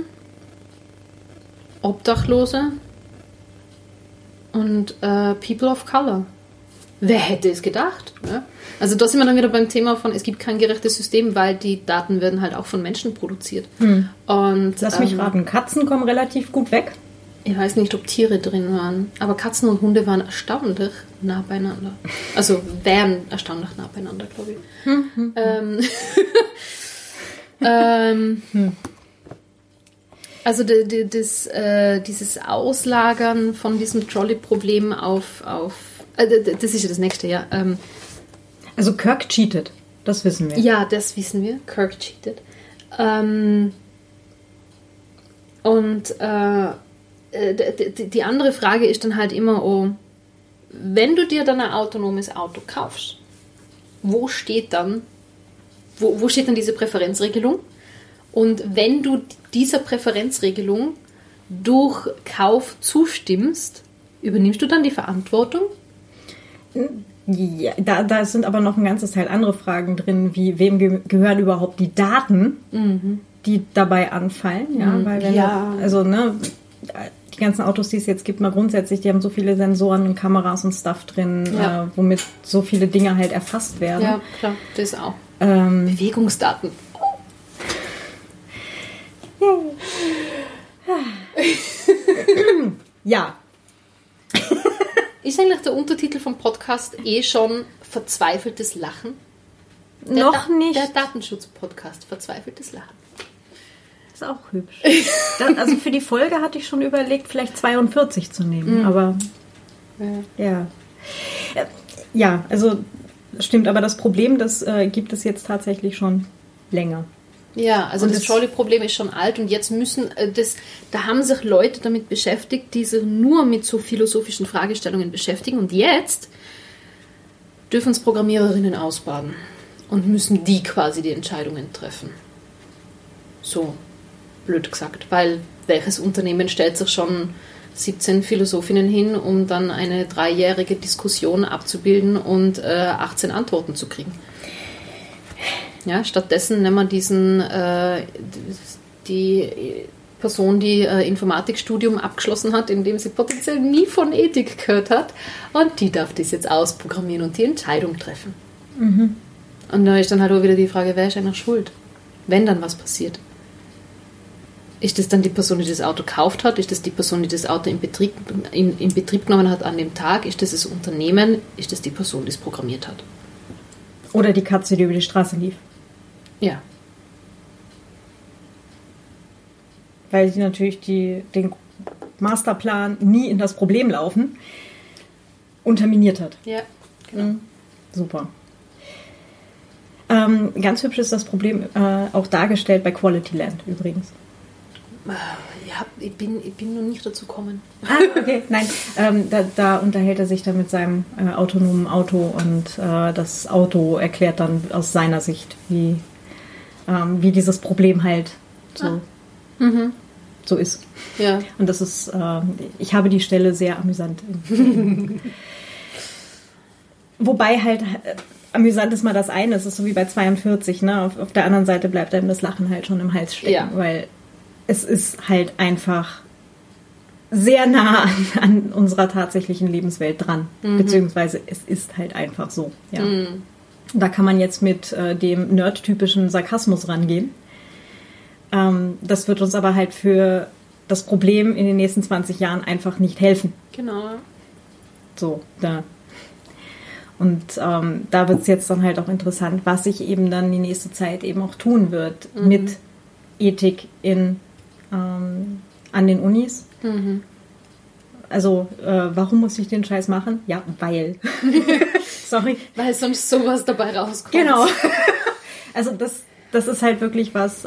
Obdachlose und People of Color. Wer hätte es gedacht? Ne? Also da sind wir dann wieder beim Thema von, es gibt kein gerechtes System, weil die Daten werden halt auch von Menschen produziert. Und, lass mich raten, Katzen kommen relativ gut weg. Ich weiß nicht, ob Tiere drin waren, aber Katzen und Hunde waren erstaunlich nah beieinander. Also wären erstaunlich nah beieinander, glaube ich. Also dieses Auslagern von diesem Trolley-Problem auf das ist ja das nächste, ja. Also Kirk cheatet, das wissen wir. Ja, das wissen wir. Kirk cheatet. Die andere Frage ist dann halt immer, wenn du dir dann ein autonomes Auto kaufst, wo steht dann diese Präferenzregelung? Und wenn du dieser Präferenzregelung durch Kauf zustimmst, übernimmst du dann die Verantwortung? Ja, da sind aber noch ein ganzes Teil andere Fragen drin, wie wem gehören überhaupt die Daten, die dabei anfallen. Ja, weil die ganzen Autos, die es jetzt gibt, mal grundsätzlich, die haben so viele Sensoren und Kameras und Stuff drin, womit so viele Dinge halt erfasst werden. Ja, klar, das auch. Bewegungsdaten. Ja. Ist eigentlich der Untertitel vom Podcast schon Verzweifeltes Lachen? Noch nicht. Der Datenschutz-Podcast, Verzweifeltes Lachen. Ist auch hübsch. Also für die Folge hatte ich schon überlegt, vielleicht 42 zu nehmen, aber ja. Ja, also stimmt, aber das Problem, das gibt es jetzt tatsächlich schon länger. Ja, also das Trolley-Problem ist schon alt und jetzt da haben sich Leute damit beschäftigt, die sich nur mit so philosophischen Fragestellungen beschäftigen und jetzt dürfen es Programmiererinnen ausbaden und müssen die quasi die Entscheidungen treffen. So, blöd gesagt, weil welches Unternehmen stellt sich schon 17 Philosophinnen hin, um dann eine 3-jährige Diskussion abzubilden und 18 Antworten zu kriegen? Ja, stattdessen nehmen wir die Person, die Informatikstudium abgeschlossen hat, indem sie potenziell nie von Ethik gehört hat, und die darf das jetzt ausprogrammieren und die Entscheidung treffen. Und da ist dann halt auch wieder die Frage, wer ist eigentlich schuld, wenn dann was passiert? Ist das dann die Person, die das Auto gekauft hat? Ist das die Person, die das Auto in Betrieb genommen hat an dem Tag? Ist das das Unternehmen? Ist das die Person, die es programmiert hat? Oder die Katze, die über die Straße lief. Ja. Weil sie natürlich den Masterplan nie in das Problem laufen, unterminiert hat. Ja, genau. Super. Ganz hübsch ist das Problem auch dargestellt bei Quality Land übrigens. Ja, ich bin noch nicht dazu gekommen. Okay, nein. Da unterhält er sich dann mit seinem autonomen Auto und das Auto erklärt dann aus seiner Sicht, wie dieses Problem halt so ist. Ja. Und das ist, ich habe die Stelle sehr amüsant. Wobei halt amüsant ist mal das eine, es ist so wie bei 42, ne? Auf der anderen Seite bleibt einem das Lachen halt schon im Hals stecken, weil es ist halt einfach sehr nah an unserer tatsächlichen Lebenswelt dran. Beziehungsweise es ist halt einfach so. Ja. Da kann man jetzt mit dem nerd-typischen Sarkasmus rangehen. Das wird uns aber halt für das Problem in den nächsten 20 Jahren einfach nicht helfen. Genau. So, da. Und da wird es jetzt dann halt auch interessant, was sich eben dann die nächste Zeit eben auch tun wird mit Ethik an den Unis. Also, warum muss ich den Scheiß machen? Ja, weil. Sorry. Weil sonst sowas dabei rauskommt. Genau. Also das ist halt wirklich was,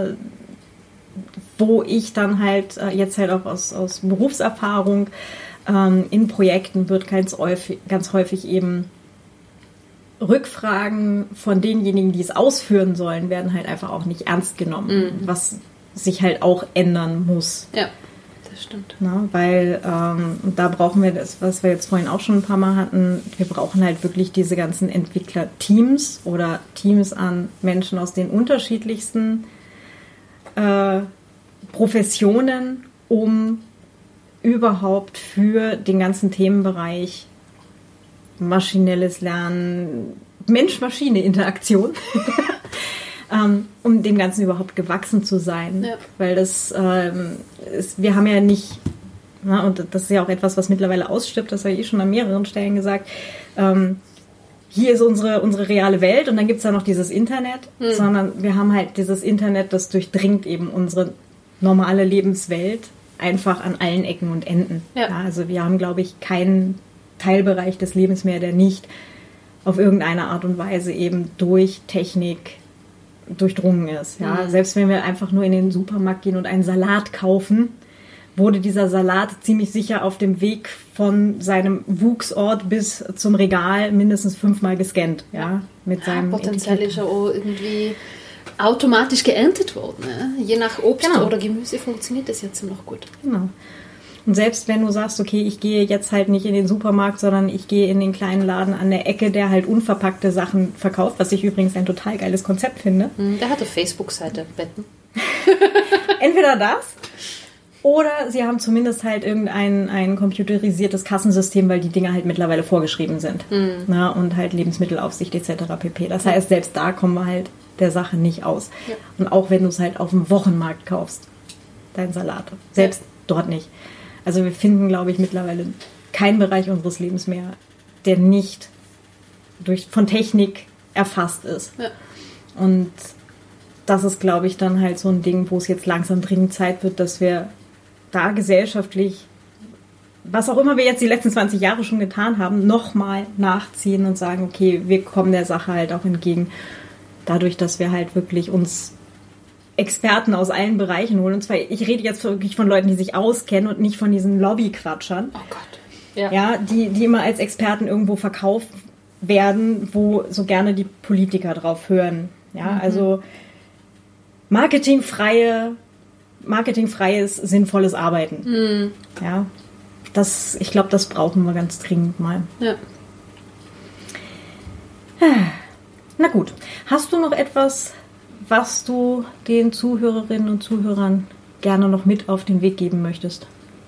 wo ich dann halt jetzt halt auch aus Berufserfahrung in Projekten wird ganz häufig eben Rückfragen von denjenigen, die es ausführen sollen, werden halt einfach auch nicht ernst genommen, was sich halt auch ändern muss. Ja, das stimmt. Na, weil und da brauchen wir das, was wir jetzt vorhin auch schon ein paar Mal hatten, wir brauchen halt wirklich diese ganzen Entwicklerteams oder Teams an Menschen aus den unterschiedlichsten Professionen, um überhaupt für den ganzen Themenbereich maschinelles Lernen, Mensch-Maschine-Interaktion, um dem Ganzen überhaupt gewachsen zu sein. Ja. Weil wir haben ja nicht, und das ist ja auch etwas, was mittlerweile ausstirbt, das habe ich schon an mehreren Stellen gesagt, hier ist unsere reale Welt und dann gibt es da noch dieses Internet, sondern wir haben halt dieses Internet, das durchdringt eben unsere normale Lebenswelt einfach an allen Ecken und Enden. Ja. Ja, also wir haben, glaube ich, keinen Teilbereich des Lebens mehr, der nicht auf irgendeine Art und Weise eben durch Technik durchdrungen ist. Ja? Selbst wenn wir einfach nur in den Supermarkt gehen und einen Salat kaufen, wurde dieser Salat ziemlich sicher auf dem Weg von seinem Wuchsort bis zum Regal mindestens 5-mal gescannt. Ja? Mit seinem potenziell ist er auch irgendwie automatisch geerntet worden. Ne? Je nach Obst oder Gemüse funktioniert das jetzt noch gut. Genau. Und selbst wenn du sagst, okay, ich gehe jetzt halt nicht in den Supermarkt, sondern ich gehe in den kleinen Laden an der Ecke, der halt unverpackte Sachen verkauft, was ich übrigens ein total geiles Konzept finde. Der hat eine Facebook-Seite, Betten. Entweder das oder sie haben zumindest halt ein computerisiertes Kassensystem, weil die Dinge halt mittlerweile vorgeschrieben sind. Na, und halt Lebensmittelaufsicht etc. pp. Das heißt, selbst da kommen wir halt der Sache nicht aus. Ja. Und auch wenn du es halt auf dem Wochenmarkt kaufst, dein Salat. Selbst dort nicht. Also wir finden, glaube ich, mittlerweile keinen Bereich unseres Lebens mehr, der nicht von Technik erfasst ist. Ja. Und das ist, glaube ich, dann halt so ein Ding, wo es jetzt langsam dringend Zeit wird, dass wir da gesellschaftlich, was auch immer wir jetzt die letzten 20 Jahre schon getan haben, nochmal nachziehen und sagen, okay, wir kommen der Sache halt auch entgegen, dadurch, dass wir halt wirklich uns Experten aus allen Bereichen holen. Und zwar, ich rede jetzt wirklich von Leuten, die sich auskennen und nicht von diesen Lobbyquatschern. Oh Gott. Ja, die immer als Experten irgendwo verkauft werden, wo so gerne die Politiker drauf hören. Ja, also marketingfreies, sinnvolles Arbeiten. Ja, ich glaube, das brauchen wir ganz dringend mal. Ja. Na gut. Hast du noch etwas, was du den Zuhörerinnen und Zuhörern gerne noch mit auf den Weg geben möchtest?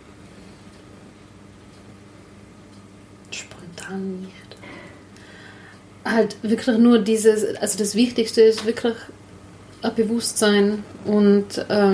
Spontan nicht. Halt wirklich nur also das Wichtigste ist wirklich ein Bewusstsein und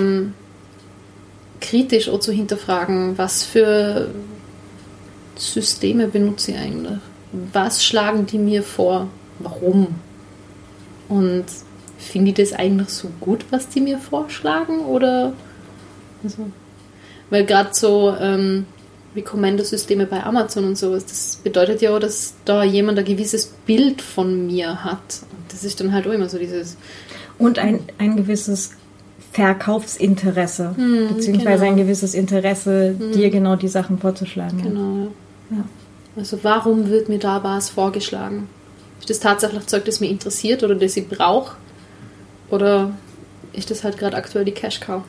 kritisch auch zu hinterfragen, was für Systeme benutze ich eigentlich? Was schlagen die mir vor? Warum? Und finde ich das eigentlich so gut, was die mir vorschlagen? Oder also, weil gerade so wie Kommandosysteme bei Amazon und sowas, das bedeutet ja auch, dass da jemand ein gewisses Bild von mir hat. Und das ist dann halt auch immer so dieses... Und ein gewisses Verkaufsinteresse, beziehungsweise ein gewisses Interesse, dir genau die Sachen vorzuschlagen. Genau, ja. Also warum wird mir da was vorgeschlagen? Ist das tatsächlich Zeug, das mich interessiert oder das ich brauche? Oder ist das halt gerade aktuell die Cash-Cow?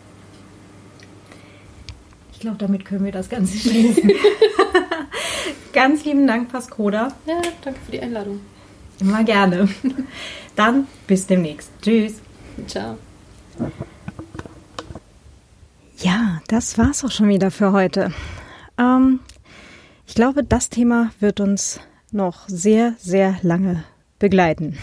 Ich glaube, damit können wir das Ganze schließen. Ganz lieben Dank, Paskoda. Ja, danke für die Einladung. Immer gerne. Dann bis demnächst. Tschüss. Ciao. Ja, das war's auch schon wieder für heute. Ich glaube, das Thema wird uns noch sehr, sehr lange begleiten.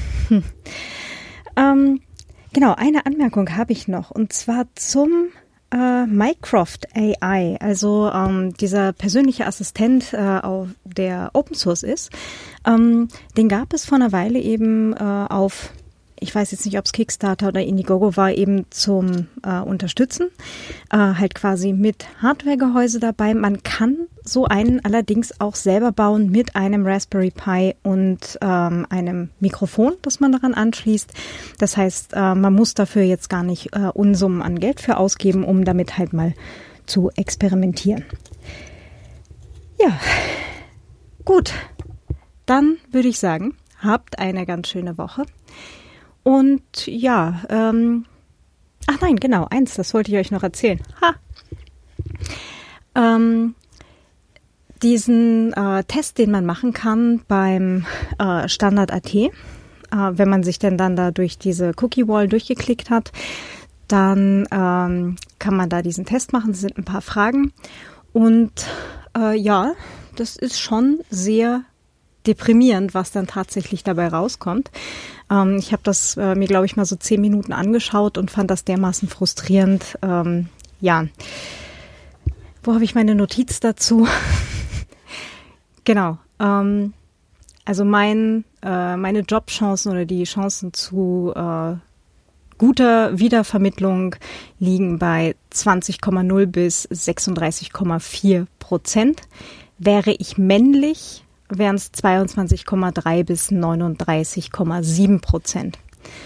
Genau, eine Anmerkung habe ich noch, und zwar zum Mycroft AI, also dieser persönliche Assistent, der Open Source ist. Den gab es vor einer Weile eben auf, ich weiß jetzt nicht, ob es Kickstarter oder Indiegogo war, eben zum Unterstützen. Halt quasi mit Hardware-Gehäuse dabei. Man kann so einen allerdings auch selber bauen mit einem Raspberry Pi und einem Mikrofon, das man daran anschließt. Das heißt, man muss dafür jetzt gar nicht Unsummen an Geld für ausgeben, um damit halt mal zu experimentieren. Ja, gut. Dann würde ich sagen, habt eine ganz schöne Woche. Und ja, ach nein, genau, das wollte ich euch noch erzählen. Diesen Test, den man machen kann beim Standard.at, wenn man sich denn dann da durch diese Cookie-Wall durchgeklickt hat, dann kann man da diesen Test machen. Es sind ein paar Fragen. Und ja, das ist schon sehr deprimierend, was dann tatsächlich dabei rauskommt. Ich habe das mir, glaube ich, mal so 10 Minuten angeschaut und fand das dermaßen frustrierend. Ja, wo habe ich meine Notiz dazu? Genau. Also meine Jobchancen oder die Chancen zu guter Wiedervermittlung liegen bei 20,0 bis 36,4%. Wäre ich männlich, wären es 22,3 bis 39,7%.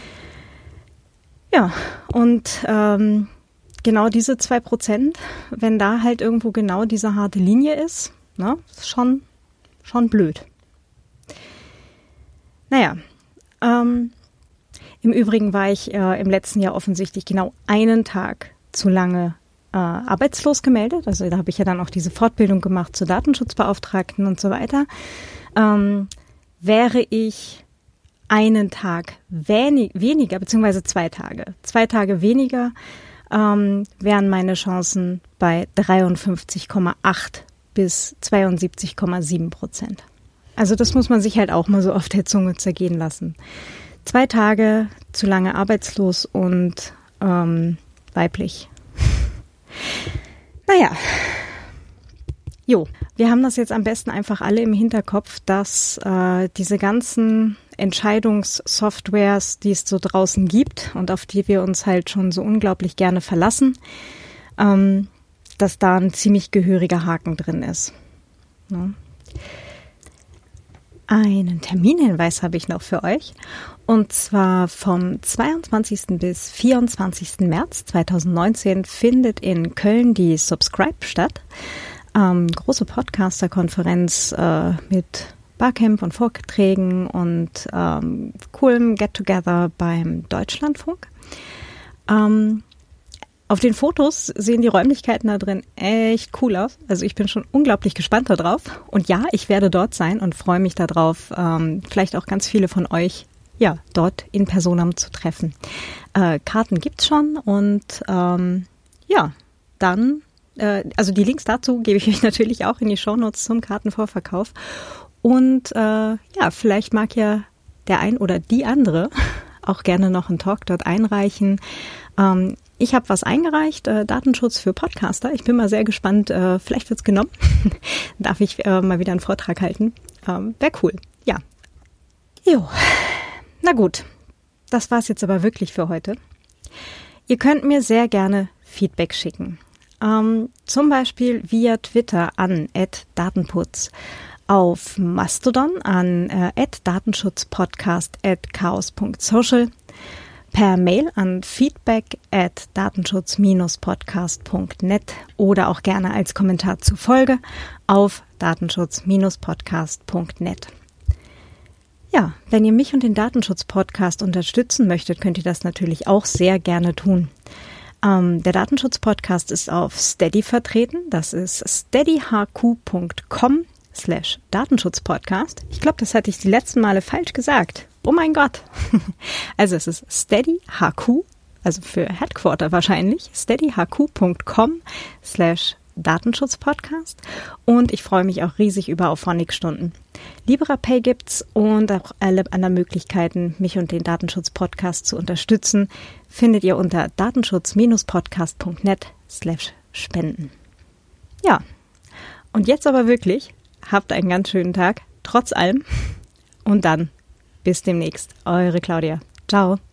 Ja, und genau diese 2%, wenn da halt irgendwo genau diese harte Linie ist, ne, ist schon blöd. Naja, im Übrigen war ich im letzten Jahr offensichtlich genau einen Tag zu lange arbeitslos gemeldet. Also da habe ich ja dann auch diese Fortbildung gemacht zur Datenschutzbeauftragten und so weiter. Wäre ich einen Tag weniger, beziehungsweise 2 Tage weniger, wären meine Chancen bei 53,8 bis 72,7%. Also das muss man sich halt auch mal so auf der Zunge zergehen lassen. 2 Tage zu lange arbeitslos und weiblich. Naja, wir haben das jetzt am besten einfach alle im Hinterkopf, dass diese ganzen Entscheidungssoftwares, die es so draußen gibt und auf die wir uns halt schon so unglaublich gerne verlassen, dass da ein ziemlich gehöriger Haken drin ist. Ne? Einen Terminhinweis habe ich noch für euch. Und zwar vom 22. bis 24. März 2019 findet in Köln die Subscribe statt. Große Podcaster-Konferenz mit Barcamp und Vorträgen und coolem Get-Together beim Deutschlandfunk. Auf den Fotos sehen die Räumlichkeiten da drin echt cool aus. Also ich bin schon unglaublich gespannt darauf. Und ja, ich werde dort sein und freue mich darauf, vielleicht auch ganz viele von euch dort in Personam zu treffen. Karten gibt's schon und dann, also die Links dazu gebe ich euch natürlich auch in die Shownotes zum Kartenvorverkauf. Und vielleicht mag ja der ein oder die andere auch gerne noch einen Talk dort einreichen. Ich habe was eingereicht, Datenschutz für Podcaster. Ich bin mal sehr gespannt, vielleicht wird's genommen. Darf ich mal wieder einen Vortrag halten. Wäre cool, ja. Jo, na gut, das war's jetzt aber wirklich für heute. Ihr könnt mir sehr gerne Feedback schicken. Zum Beispiel via Twitter an @datenputz, auf Mastodon an @datenschutzpodcast@chaos.social, per Mail an feedback@datenschutz-podcast.net oder auch gerne als Kommentar zur Folge auf datenschutz-podcast.net. Ja, wenn ihr mich und den Datenschutz-Podcast unterstützen möchtet, könnt ihr das natürlich auch sehr gerne tun. Der Datenschutz-Podcast ist auf Steady vertreten. Das ist steadyhq.com/Datenschutzpodcast. Ich glaube, das hatte ich die letzten Male falsch gesagt. Oh mein Gott. Also es ist steadyhq, also für Headquarter wahrscheinlich, steadyhq.com/Datenschutzpodcast. Und ich freue mich auch riesig über Auphonic-Stunden. Liberapay gibt's und auch alle anderen Möglichkeiten, mich und den Datenschutz-Podcast zu unterstützen, findet ihr unter datenschutz-podcast.net/spenden. Ja, und jetzt aber wirklich, habt einen ganz schönen Tag, trotz allem. Und dann bis demnächst. Eure Claudia. Ciao.